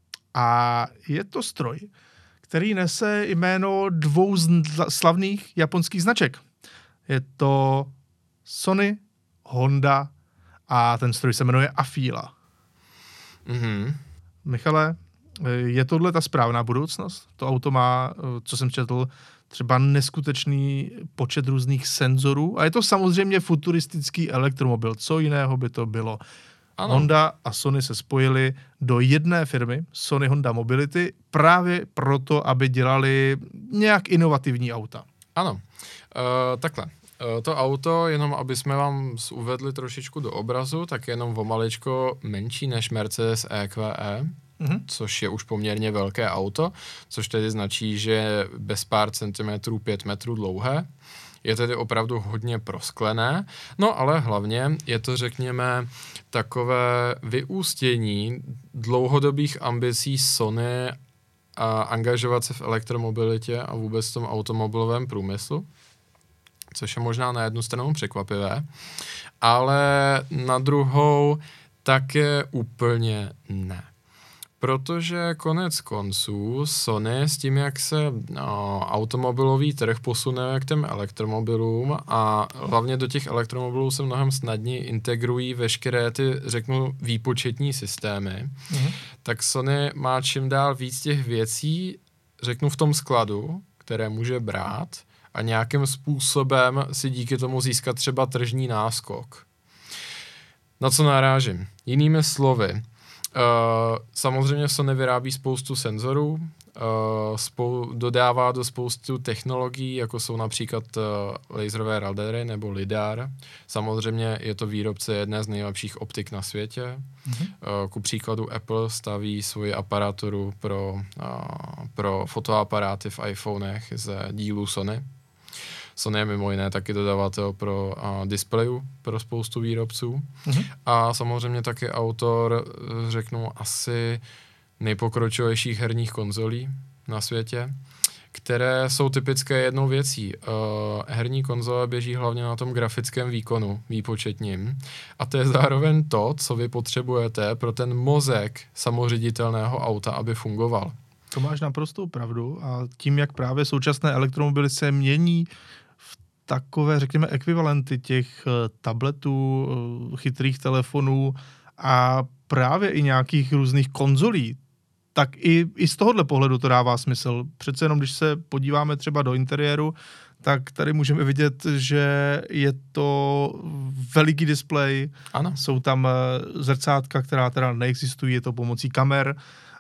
A je to stroj, který nese jméno dvou slavných japonských značek. Je to Sony, Honda a ten stroj se jmenuje Afeela. Mhm. Michale, je tohle ta správná budoucnost? To auto má, co jsem četl, třeba neskutečný počet různých senzorů a je to samozřejmě futuristický elektromobil. Co jiného by to bylo? Ano. Honda a Sony se spojili do jedné firmy, Sony Honda Mobility, právě proto, aby dělali nějak inovativní auta. Ano, uh, takhle. Uh, to auto, jenom aby jsme vám uvedli trošičku do obrazu, tak je jenom o maličko menší než Mercedes E Q E, mm-hmm. což je už poměrně velké auto, což tedy značí, že bez pár centimetrů pět metrů dlouhé. Je tedy opravdu hodně prosklené, no ale hlavně je to, řekněme, takové vyústění dlouhodobých ambicí Sony a angažovat se v elektromobilitě a vůbec v tom automobilovém průmyslu, což je možná na jednu stranu překvapivé, ale na druhou také úplně ne. Protože konec konců Sony s tím, jak se no, automobilový trh posune k těm elektromobilům a hlavně do těch elektromobilů se mnohem snadněji integrují veškeré ty, řeknu, výpočetní systémy, mm-hmm. tak Sony má čím dál víc těch věcí, řeknu, v tom skladu, které může brát a nějakým způsobem si díky tomu získat třeba tržní náskok. Na co narážím? Jinými slovy, Uh, samozřejmě Sony vyrábí spoustu senzorů, uh, spou- dodává do spoustu technologií, jako jsou například uh, laserové radary nebo lidar. Samozřejmě je to výrobce jedné z nejlepších optik na světě. Mm-hmm. Uh, ku příkladu Apple staví svoji aparaturu pro, uh, pro fotoaparáty v iPhonech ze dílů Sony. Sony je mimo jiné taky dodavatel pro uh, displejů pro spoustu výrobců. Mm-hmm. A samozřejmě taky autor, řeknu, asi nejpokročilejších herních konzolí na světě, které jsou typické jednou věcí. Uh, herní konzole běží hlavně na tom grafickém výkonu výpočetním a to je zároveň to, co vy potřebujete pro ten mozek samoředitelného auta, aby fungoval. To máš naprostou pravdu a tím, jak právě současné elektromobily se mění v takové, řekněme, ekvivalenty těch tabletů, chytrých telefonů a právě i nějakých různých konzolí, tak i, i z tohohle pohledu to dává smysl. Přece jenom, když se podíváme třeba do interiéru, tak tady můžeme vidět, že je to veliký displej, ano. Jsou tam zrcátka, která teda neexistují, je to pomocí kamer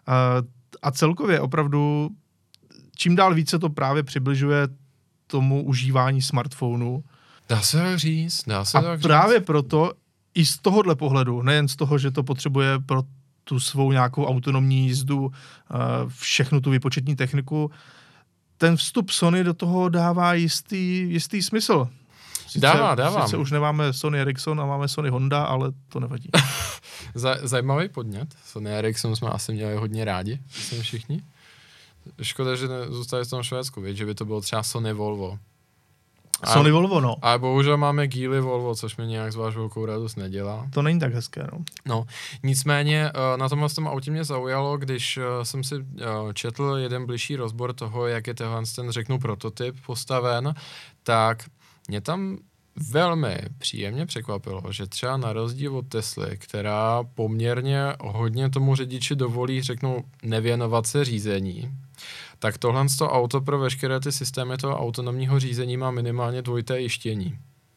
a celkově opravdu čím dál více to právě přibližuje tomu užívání smartphonu. Dá se tak říct, dá se a tak říct. Právě proto i z tohohle pohledu, nejen z toho, že to potřebuje pro tu svou nějakou autonomní jízdu, všechnu tu výpočetní techniku, ten vstup Sony do toho dává jistý, jistý smysl. Sice, dává, dává. Sice už nemáme Sony Ericsson a máme Sony Honda, ale to nevadí. Zajímavý podnět. Sony Ericsson jsme asi měli hodně rádi, jsme všichni. Škoda, že zůstali v tom Švédsku, víc, že by to bylo třeba Sony Volvo. Sony a, Volvo, no. A bohužel máme Geely Volvo, což mi nějak zvlášť velkou radost nedělá. To není tak hezké, no. No, nicméně na tomhle tom autě mě zaujalo, když jsem si četl jeden bližší rozbor toho, jak je tenhle ten, řeknu, prototyp postaven, tak mě tam velmi příjemně překvapilo, že třeba na rozdíl od Tesly, která poměrně hodně tomu řidiči dovolí, řeknu, nevěnovat se řízení, tak tohle to auto pro veškeré ty systémy toho autonomního řízení má minimálně dvojité jištění.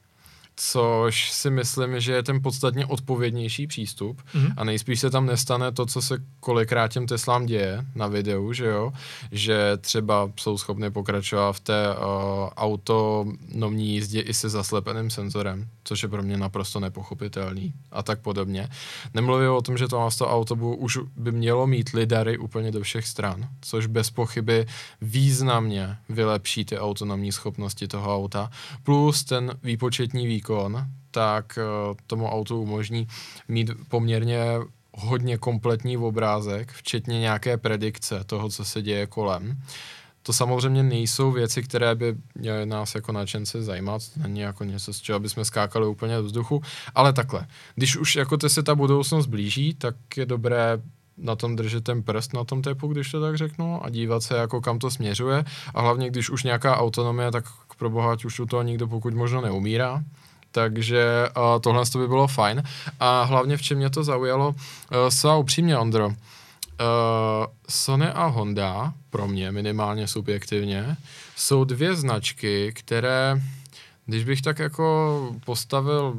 Což si myslím, že je ten podstatně odpovědnější přístup mm-hmm. a nejspíš se tam nestane to, co se kolikrát těm Teslám děje na videu, že jo, že třeba jsou schopni pokračovat v té uh, autonomní jízdě i se zaslepeným senzorem, což je pro mě naprosto nepochopitelný a tak podobně. Nemluvím o tom, že tohle auto už by mělo mít lidary úplně do všech stran, což bez pochyby významně vylepší ty autonomní schopnosti toho auta, plus ten výpočetní výkon tak uh, tomu autu umožní mít poměrně hodně kompletní obrázek, včetně nějaké predikce toho, co se děje kolem. To samozřejmě nejsou věci, které by měly nás jako nadšence zajímat, není jako něco, z čeho bychom skákali úplně do vzduchu, ale takhle. Když už jako se ta budoucnost blíží, tak je dobré na tom držet ten prst na tom tepu, když to tak řeknu, a dívat se, jako kam to směřuje. A hlavně, když už nějaká autonomie, tak pro boha, ať už u toho nikdo pokud možno neumírá. Takže uh, tohle to by bylo fajn. A hlavně v čem mě to zaujalo, uh, zcela upřímně, Ondro, uh, Sony a Honda, pro mě minimálně subjektivně, jsou dvě značky, které, když bych tak jako postavil,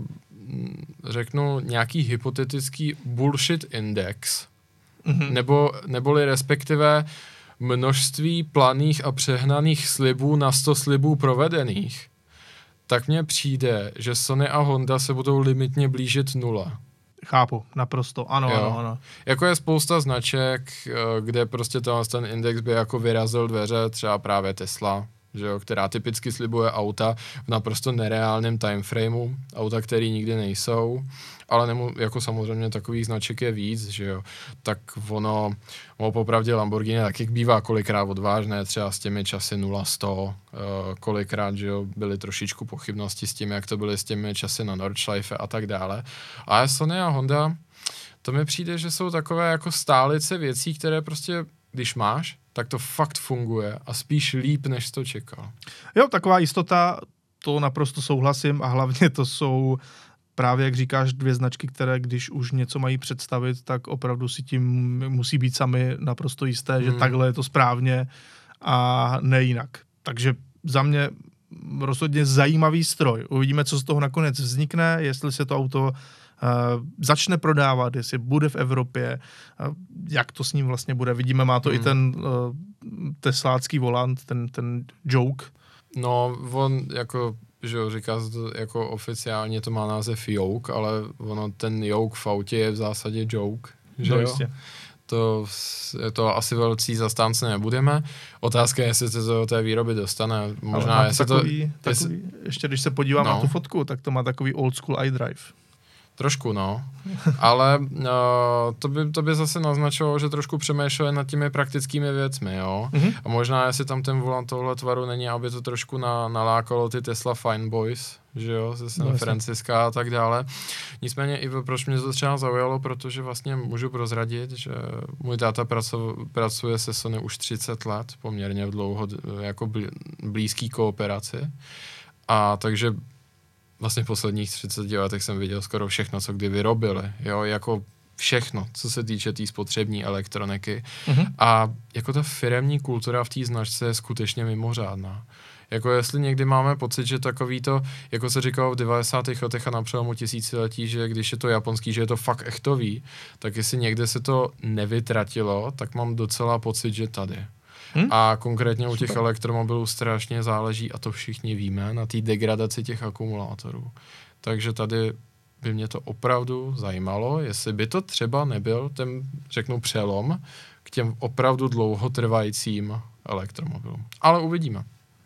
řeknu, nějaký hypotetický bullshit index, mm-hmm. nebo, neboli respektive množství planých a přehnaných slibů na sto slibů provedených, tak mně přijde, že Sony a Honda se budou limitně blížit nula. Chápu, naprosto, ano, jo. ano, ano. Jako je spousta značek, kde prostě ten index by jako vyrazil dveře, třeba právě Tesla, že jo, která typicky slibuje auta v naprosto nereálném timeframeu, auta, které nikdy nejsou, ale nemu, jako samozřejmě takových značek je víc, že jo, tak ono, ono popravdě Lamborghini taky bývá kolikrát odvážné, třeba s těmi časy nula sto, uh, kolikrát, že jo, byly trošičku pochybnosti s tím, jak to byly s těmi časy na Nordschleife a tak dále. A Sony a Honda, to mi přijde, že jsou takové jako stálice věcí, které prostě, když máš, tak to fakt funguje a spíš líp, než to čekal. Jo, taková jistota, to naprosto souhlasím a hlavně to jsou právě, jak říkáš, dvě značky, které když už něco mají představit, tak opravdu si tím musí být sami naprosto jisté, hmm. že takhle je to správně a ne jinak. Takže za mě rozhodně zajímavý stroj. Uvidíme, co z toho nakonec vznikne, jestli se to auto Uh, začne prodávat, jestli bude v Evropě, uh, jak to s ním vlastně bude. Vidíme, má to hmm. i ten uh, teslácký volant, ten, ten joke. No, on jako, že jo, říká se to jako oficiálně, to má název yoke, ale ono, ten yoke v autě je v zásadě joke, že no, jo? Jistě. To, to asi velcí zastánce nebudeme. Otázka je, jestli se to do té výroby dostane. Možná, jestli takový, to... Takový, jestli... Ještě když se podívám no. na tu fotku, tak to má takový old school iDrive. Trošku, no. Ale uh, to, by, to by zase naznačovalo, že trošku přemýšleli nad těmi praktickými věcmi, jo. Mm-hmm. A možná, jestli tam ten volant tohle tvaru není, aby to trošku na, nalákalo ty Tesla Fine Boys, že jo, ze San no, Franciska a tak dále. Nicméně i proč mě to třeba zaujalo, protože vlastně můžu prozradit, že můj táta pracu, pracuje se Sony už třicet let, poměrně v dlouho, jako blízký kooperaci. A takže vlastně v posledních třiceti letech jsem viděl skoro všechno, co kdy vyrobili, jo, jako všechno, co se týče té tý spotřební elektroniky. Mm-hmm. A jako ta firemní kultura v té značce je skutečně mimořádná. Jako jestli někdy máme pocit, že takový to, jako se říkalo v devadesátých letech a na přelomu tisíciletí, že když je to japonský, že je to fakt echtový, tak jestli někde se to nevytratilo, tak mám docela pocit, že tady. Hmm? A konkrétně u těch Super. elektromobilů strašně záleží, a to všichni víme, na té degradaci těch akumulátorů. Takže tady by mě to opravdu zajímalo, jestli by to třeba nebyl ten, řeknu, přelom k těm opravdu dlouhotrvajícím elektromobilům. Ale uvidíme.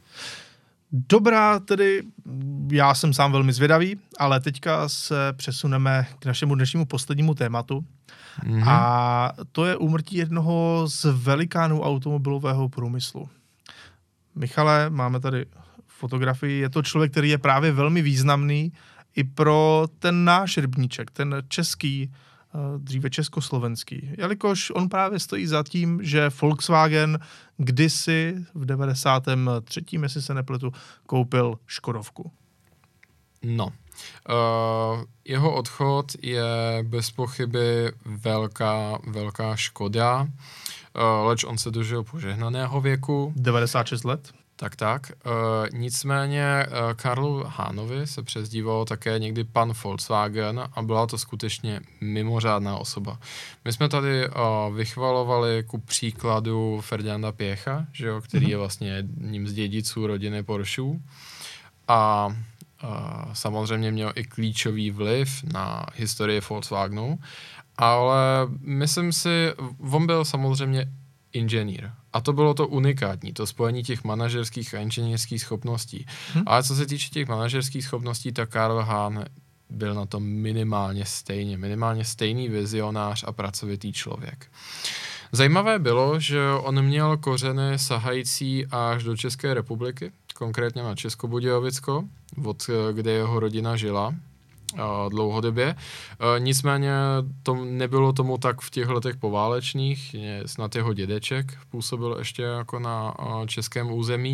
Dobrá, tedy já jsem sám velmi zvědavý, ale teďka se přesuneme k našemu dnešnímu poslednímu tématu. Mm-hmm. A to je úmrtí jednoho z velikánů automobilového průmyslu. Michale, máme tady fotografii. Je to člověk, který je právě velmi významný i pro ten náš rybníček, ten český, dříve československý. Jelikož on právě stojí za tím, že Volkswagen kdysi v devadesátém třetím, jestli se nepletu, koupil Škodovku. No. Uh, jeho odchod je bez pochyby velká, velká škoda. leč on se dožil požehnaného věku. devadesát šest let. Tak, tak. E, nicméně e, Karlu Hánovi se přezdívalo také někdy pan Volkswagen a byla to skutečně mimořádná osoba. My jsme tady e, vychvalovali ku příkladu Ferdinanda Piecha, že jo, který mm-hmm. je vlastně jedním z dědiců rodiny Porschů a e, samozřejmě měl i klíčový vliv na historii Volkswagenu, ale myslím si, on byl samozřejmě inženýr. A to bylo to unikátní, to spojení těch manažerských a inženýrských schopností. Hmm. Ale co se týče těch manažerských schopností, tak Karl Hahn byl na tom minimálně stejně. Minimálně stejný vizionář a pracovitý člověk. Zajímavé bylo, že on měl kořeny sahající až do České republiky, konkrétně na Českobudějovicko, od kde jeho rodina žila dlouhodobě. Nicméně to nebylo tomu tak v těch letech poválečných, snad jeho dědeček působil ještě jako na českém území.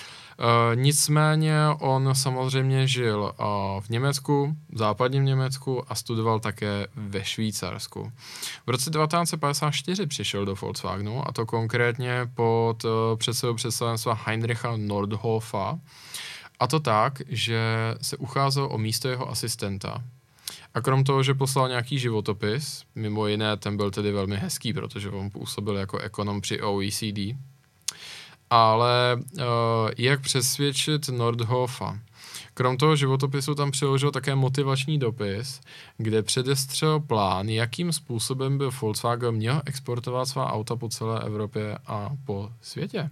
Nicméně on samozřejmě žil v Německu, v západním Německu a studoval také ve Švýcarsku. V roce devatenáct set padesát čtyři přišel do Volkswagenu, a to konkrétně pod předsedou představenstva Heinricha Nordhofa. A to tak, že se ucházel o místo jeho asistenta. A krom toho, že poslal nějaký životopis, mimo jiné ten byl tedy velmi hezký, protože on působil jako ekonom při O E C D, ale uh, jak přesvědčit Nordhofa? Krom toho životopisu tam přiložil také motivační dopis, kde předestřel plán, jakým způsobem by Volkswagen měl exportovat svá auta po celé Evropě a po světě.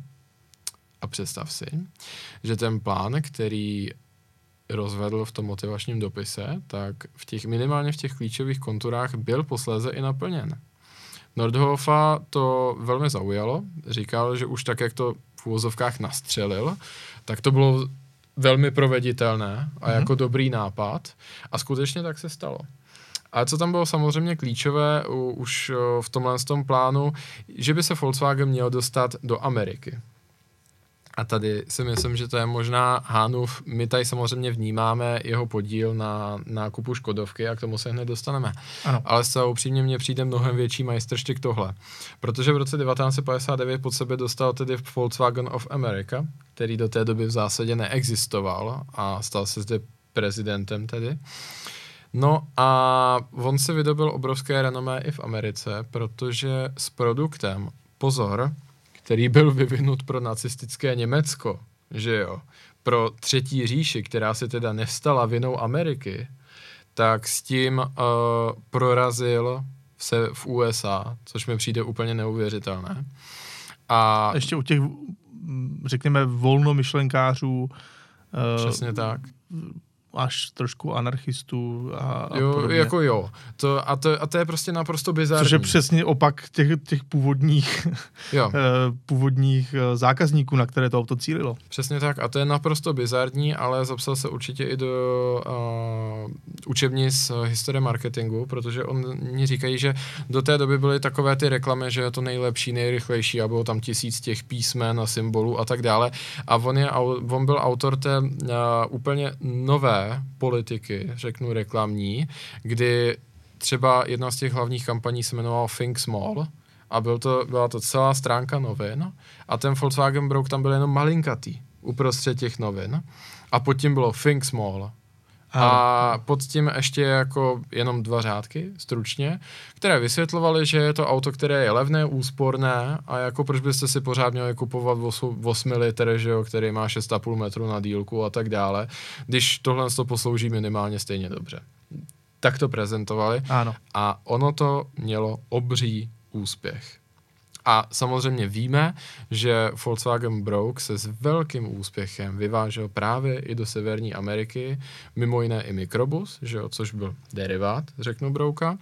A představ si, že ten plán, který rozvedl v tom motivačním dopise, tak v těch, minimálně v těch klíčových konturách byl posléze i naplněn. Nordhofa to velmi zaujalo, říkal, že už tak, jak to v uvozovkách nastřelil, tak to bylo velmi proveditelné a mm-hmm. jako dobrý nápad a skutečně tak se stalo. Ale co tam bylo samozřejmě klíčové u, už v tomhle tom plánu, že by se Volkswagen měl dostat do Ameriky. A tady si myslím, že to je možná Hahnův, my tady samozřejmě vnímáme jeho podíl na nákupu Škodovky a k tomu se hned dostaneme. Ano. Ale zcela upřímně mně přijde mnohem větší majstrštěk tohle. Protože v roce devatenáct set padesát devět pod sebe dostal tedy Volkswagen of America, který do té doby v zásadě neexistoval a stal se zde prezidentem tedy. No a on se vydobil obrovské renomé i v Americe, protože s produktem, pozor, který byl vyvinut pro nacistické Německo, že jo, pro Třetí říši, která se teda nevstala vinou Ameriky, tak s tím uh, prorazil se v U S A, což mi přijde úplně neuvěřitelné. A ještě u těch, řekněme, volnomyšlenkářů. Uh, přesně tak. Až trošku anarchistů a, a jo, podobně. jako jo. To, a, to, a to je prostě naprosto bizarní. Což je přesně opak těch, těch původních, jo. původních zákazníků, na které to auto cílilo. Přesně tak. A to je naprosto bizarní, ale zapsal se určitě i do uh, učebnic historie marketingu, protože oni říkají, že do té doby byly takové ty reklamy, že je to nejlepší, nejrychlejší a bylo tam tisíc těch písmen a symbolů a tak dále. A on, je, on byl autor té uh, úplně nové politiky, řeknu reklamní, kdy třeba jedna z těch hlavních kampaní se jmenovala Think Small a byl to, byla to celá stránka novin a ten Volkswagen Brouk tam byl jenom malinkatý uprostřed těch novin a pod tím bylo Think Small. A pod tím ještě jako jenom dva řádky, stručně, které vysvětlovaly, že je to auto, které je levné, úsporné a jako proč byste si pořád měli kupovat osm litr, že jo, který má šest a půl metru na dílku a tak dále, když tohle to poslouží minimálně stejně dobře. Tak to prezentovali. Ano. A ono to mělo obří úspěch. A samozřejmě víme, že Volkswagen Brouk se s velkým úspěchem vyvážel právě i do Severní Ameriky, mimo jiné i mikrobus, že jo, což byl derivát, řeknu Brouka.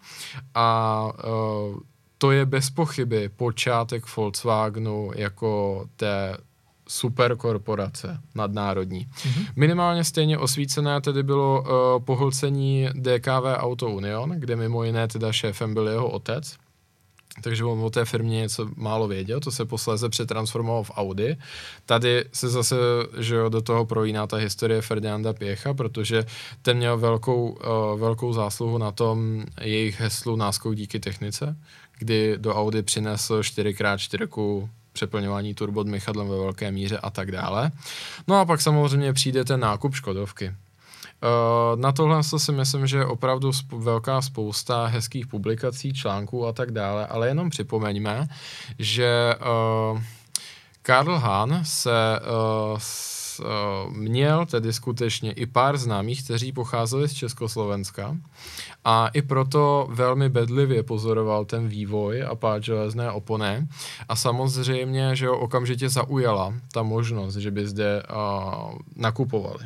A uh, to je bez pochyby počátek Volkswagenu jako té superkorporace nadnárodní. Mm-hmm. Minimálně stejně osvícené tedy bylo uh, pohlcení D K V Auto Union, kde mimo jiné teda šéfem byl jeho otec. takže on o té firmě něco málo věděl, to se posléze přetransformovalo v Audi. Tady se zase, že jo, do toho projíná ta historie Ferdinanda Piecha, protože ten měl velkou, uh, velkou zásluhu na tom jejich heslu náskok díky technice, kdy do Audi přinesl čtyři krát čtyři přeplňování turbodmychadlem ve velké míře a tak dále. No a pak samozřejmě přijde ten nákup Škodovky. Uh, na tohle si myslím, že je opravdu sp- velká spousta hezkých publikací, článků a tak dále, ale jenom připomeňme, že uh, Karl Hahn se uh, s, uh, měl tedy skutečně i pár známých, kteří pocházeli z Československa a i proto velmi bedlivě pozoroval ten vývoj a pád železné opony a samozřejmě, že ho okamžitě zaujala ta možnost, že by zde uh, nakupovali.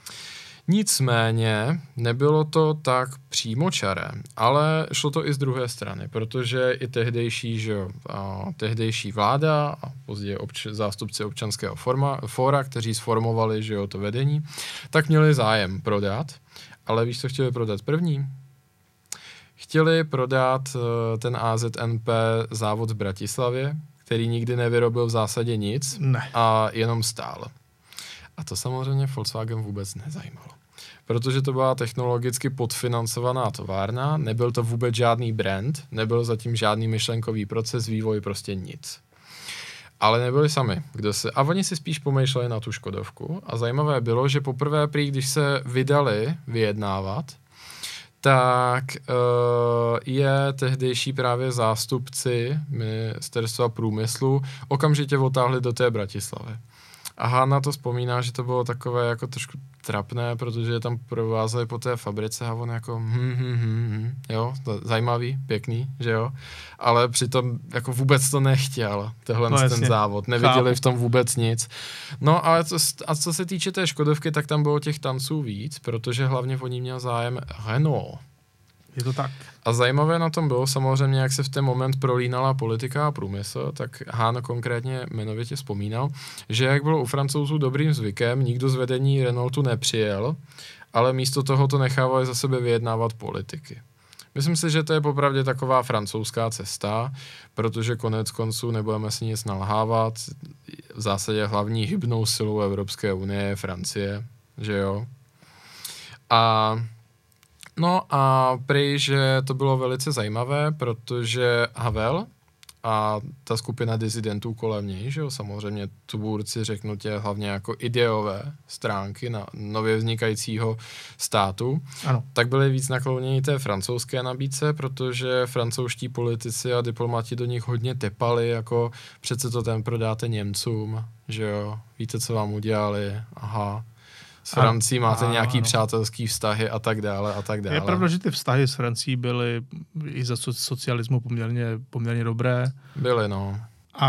Nicméně nebylo to tak přímočaré, ale šlo to i z druhé strany, protože i tehdejší, že jo, a tehdejší vláda a později obč- zástupci občanského forma, fóra, kteří sformovali, že jo, to vedení, tak měli zájem prodat, ale víš, co chtěli prodat první? Chtěli prodat uh, ten A Z N P závod v Bratislavě, který nikdy nevyrobil v zásadě nic ne. a jenom stál. A to samozřejmě Volkswagen vůbec nezajímalo. Protože to byla technologicky podfinancovaná továrna, nebyl to vůbec žádný brand, nebyl zatím žádný myšlenkový proces, vývoj, prostě nic. Ale nebyli sami. Kdo se, a oni si spíš pomýšleli na tu Škodovku. A zajímavé bylo, že poprvé prý, když se vydali vyjednávat, tak uh, je tehdejší právě zástupci ministerstva průmyslu okamžitě otáhli do té Bratislavy. A Hanna to vzpomíná, že to bylo takové jako trošku trapné, protože je tam provázeli po té fabrice a on jako hm, hm, hm, hm, jo, zajímavý, pěkný, že jo, ale přitom jako vůbec to nechtěl, tenhle no, ten jasně. závod, neviděli Chápu. v tom vůbec nic. No ale to, a co se týče té Škodovky, tak tam bylo těch tanců víc, protože hlavně o ní měl zájem Renault. Je to tak. A zajímavé na tom bylo samozřejmě, jak se v ten moment prolínala politika a průmysl, tak Hahn konkrétně jmenovitě vzpomínal, že jak bylo u Francouzů dobrým zvykem, nikdo z vedení Renaultu nepřijel, ale místo toho to nechávali za sebe vyjednávat politiky. Myslím si, že to je popravdě taková francouzská cesta, protože konec konců nebudeme si nic nalhávat, v zásadě hlavní hybnou silou Evropské unie je Francie, že jo. A no a prý, že to bylo velice zajímavé, protože Havel a ta skupina disidentů kolem něj, že jo, samozřejmě tvůrci, řeknu tě, hlavně jako ideové stránky na nově vznikajícího státu, ano. tak byli víc nakloněni té francouzské nabídce, protože francouzští politici a diplomati do nich hodně tepali, jako přece to ten prodáte Němcům, že jo, víte, co vám udělali, aha. S Francií máte ano, nějaký ano. přátelský vztahy a tak dále a tak dále. Je pravda, že ty vztahy s Francií byly i za socialismu poměrně, poměrně dobré. Byly, no.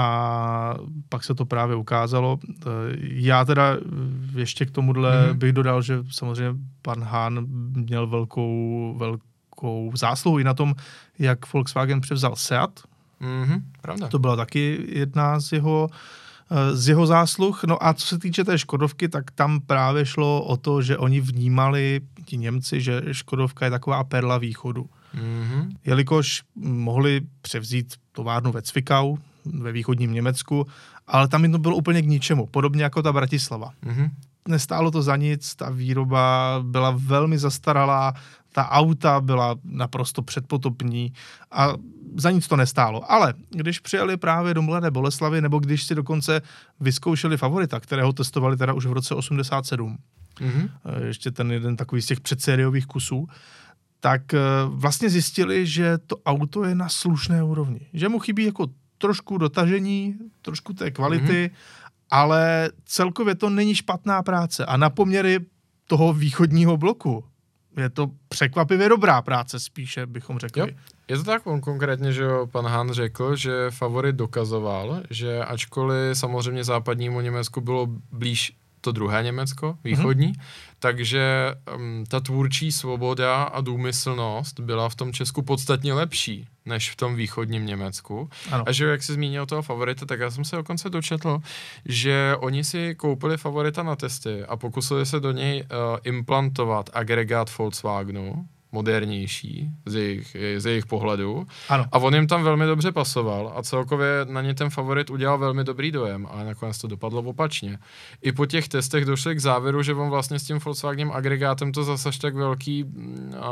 A pak se to právě ukázalo. Já teda ještě k tomuhle mm-hmm. bych dodal, že samozřejmě pan Hahn měl velkou, velkou zásluhu i na tom, jak Volkswagen převzal Seat. Mm-hmm, pravda. To byla taky jedna z jeho z jeho zásluh. No a co se týče té Škodovky, tak tam právě šlo o to, že oni vnímali, ti Němci, že Škodovka je taková perla východu. Mm-hmm. Jelikož mohli převzít továrnu ve Zwickau, ve východním Německu, ale tam jim to bylo úplně k ničemu, podobně jako ta Bratislava. Mm-hmm. Nestálo to za nic, ta výroba byla velmi zastaralá, ta auta byla naprosto předpotopní a za nic to nestálo. Ale když přijeli právě do Mladé Boleslavi, nebo když si dokonce vyzkoušeli Favorita, kterého testovali teda už v roce osmdesát sedm, mm-hmm. ještě ten jeden takový z těch předsériových kusů, tak vlastně zjistili, že to auto je na slušné úrovni. Že mu chybí jako trošku dotažení, trošku té kvality, mm-hmm. ale celkově to není špatná práce. A na poměry toho východního bloku je to překvapivě dobrá práce, spíše bychom řekli. Jo. Je to tak, on konkrétně, že jo, pan Hahn řekl, že Favorit dokazoval, že ačkoliv samozřejmě západnímu Německu bylo blíž to druhé Německo, východní, mm-hmm. takže um, ta tvůrčí svoboda a důmyslnost byla v tom Česku podstatně lepší než v tom východním Německu. Ano. A že jak jsi zmínil toho Favorita, tak já jsem se dokonce dočetl, že oni si koupili Favorita na testy a pokusili se do něj uh, implantovat agregát Volkswagenu, modernější z jejich, z jejich pohledu. Ano. A on jim tam velmi dobře pasoval a celkově na ně ten favorit udělal velmi dobrý dojem, ale nakonec to dopadlo opačně. I po těch testech došli k závěru, že on vlastně s tím Volkswagenem agregátem to zase až tak velký uh,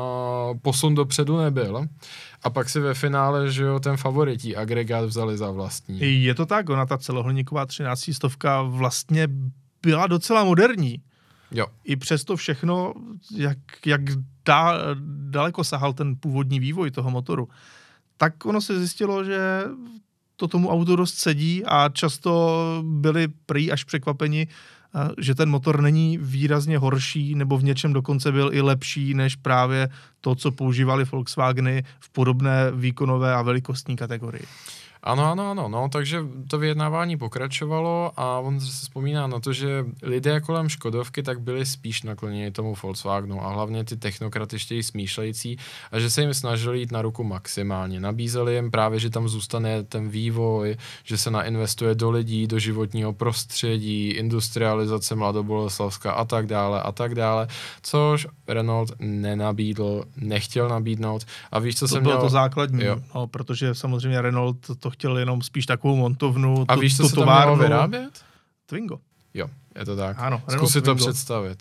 posun dopředu nebyl. A pak si ve finále, že jo, ten favorití agregát vzali za vlastní. Je to tak, ona ta celohliníková třináctistovka vlastně byla docela moderní. Jo. I přesto všechno, jak, jak dá, daleko sahal ten původní vývoj toho motoru, tak ono se zjistilo, že to tomu autu dost sedí a často byli prý až překvapeni, že ten motor není výrazně horší nebo v něčem dokonce byl i lepší než právě to, co používali Volkswageny v podobné výkonové a velikostní kategorii. Ano, ano, ano, no, takže to vyjednávání pokračovalo a on se vzpomíná na to, že lidé kolem Škodovky tak byli spíš nakloněni tomu Volkswagenu a hlavně ty technokratičtěji smýšlející a že se jim snažili jít na ruku maximálně. Nabízeli jim právě, že tam zůstane ten vývoj, že se nainvestuje do lidí, do životního prostředí, industrializace Mladoboleslavska a tak dále a tak dále, což Renault nenabídl, nechtěl nabídnout a víš, co to jsem bylo měl... to základní, no, protože samozřejmě Renault to chtěl jenom spíš takovou montovnu, a tu, víš, co tu se tam továrnu. mělo vyrábět? Twingo. Jo, je to tak. Ano, zkus si to Twingo. představit.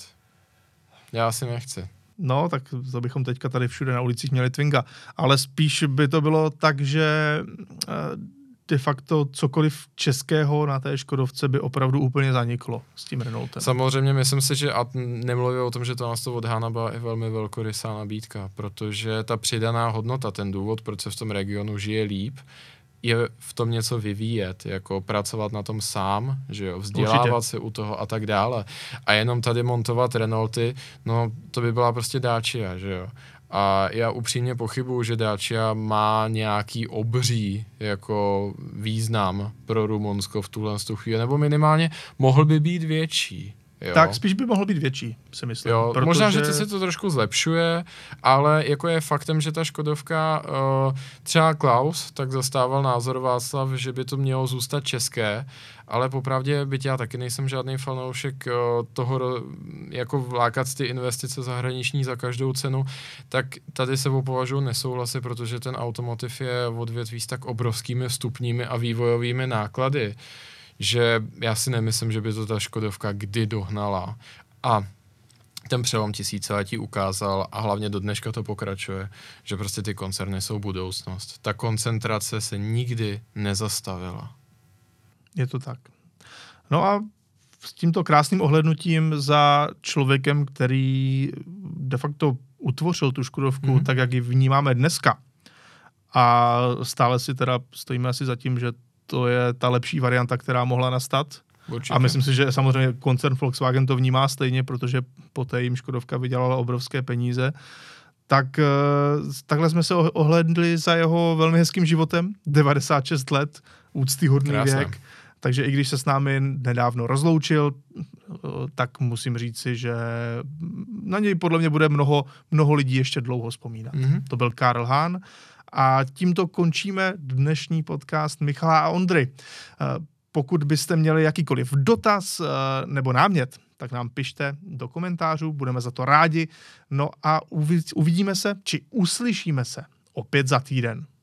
Já si nechci. No, tak to bychom teďka tady všude na ulicích měli Twinga. Ale spíš by to bylo tak, že de facto cokoliv českého na té Škodovce by opravdu úplně zaniklo s tím Renaultem. Samozřejmě myslím si, že a nemluvím o tom, že to nás to od Hána byla i velmi velkorysá nabídka, protože ta přidaná hodnota, ten důvod, proč se v tom regionu žije líp, je v tom něco vyvíjet, jako pracovat na tom sám, že jo, vzdělávat Určitě. se u toho a tak dále. A jenom tady montovat Renaulty, no to by byla prostě Dacia, že jo. A já upřímně pochybuju, že Dacia má nějaký obří jako význam pro Rumunsko v tuhle chvíli, nebo minimálně mohl by být větší. Jo. Tak spíš by mohl být větší, si myslím. Jo, protože... Možná, že se to trošku zlepšuje, ale jako je faktem, že ta Škodovka, uh, třeba Klaus, tak zastával názor Václav, že by to mělo zůstat české, ale popravdě, byť já taky nejsem žádný fanoušek uh, toho, jako vlákat ty investice zahraniční za každou cenu, tak tady se považuji nesouhlasy, protože ten automotiv je odvětví s tak obrovskými vstupními a vývojovými náklady, že já si nemyslím, že by to ta Škodovka kdy dohnala. A ten přelom tisíciletí ukázal, a hlavně do dneška to pokračuje, že prostě ty koncerny jsou budoucnost. Ta koncentrace se nikdy nezastavila. Je to tak. No a s tímto krásným ohlednutím za člověkem, který de facto utvořil tu Škodovku mm-hmm. tak, jak ji vnímáme dneska. A stále si teda stojíme asi za tím, že to je ta lepší varianta, která mohla nastat. Určitě. A myslím si, že samozřejmě koncern Volkswagen to vnímá stejně, protože poté jim Škodovka vydělala obrovské peníze. Tak takhle jsme se ohlédli za jeho velmi hezkým životem. devadesát šest let, úctyhodný Krásné. věk. Takže i když se s námi nedávno rozloučil, tak musím říci, že na něj podle mě bude mnoho, mnoho lidí ještě dlouho vzpomínat. Mm-hmm. To byl Karl Hahn. A tímto končíme dnešní podcast Michala a Ondry. Pokud byste měli jakýkoliv dotaz nebo námět, tak nám pište do komentářů, budeme za to rádi. No a uvidíme se, či uslyšíme se opět za týden.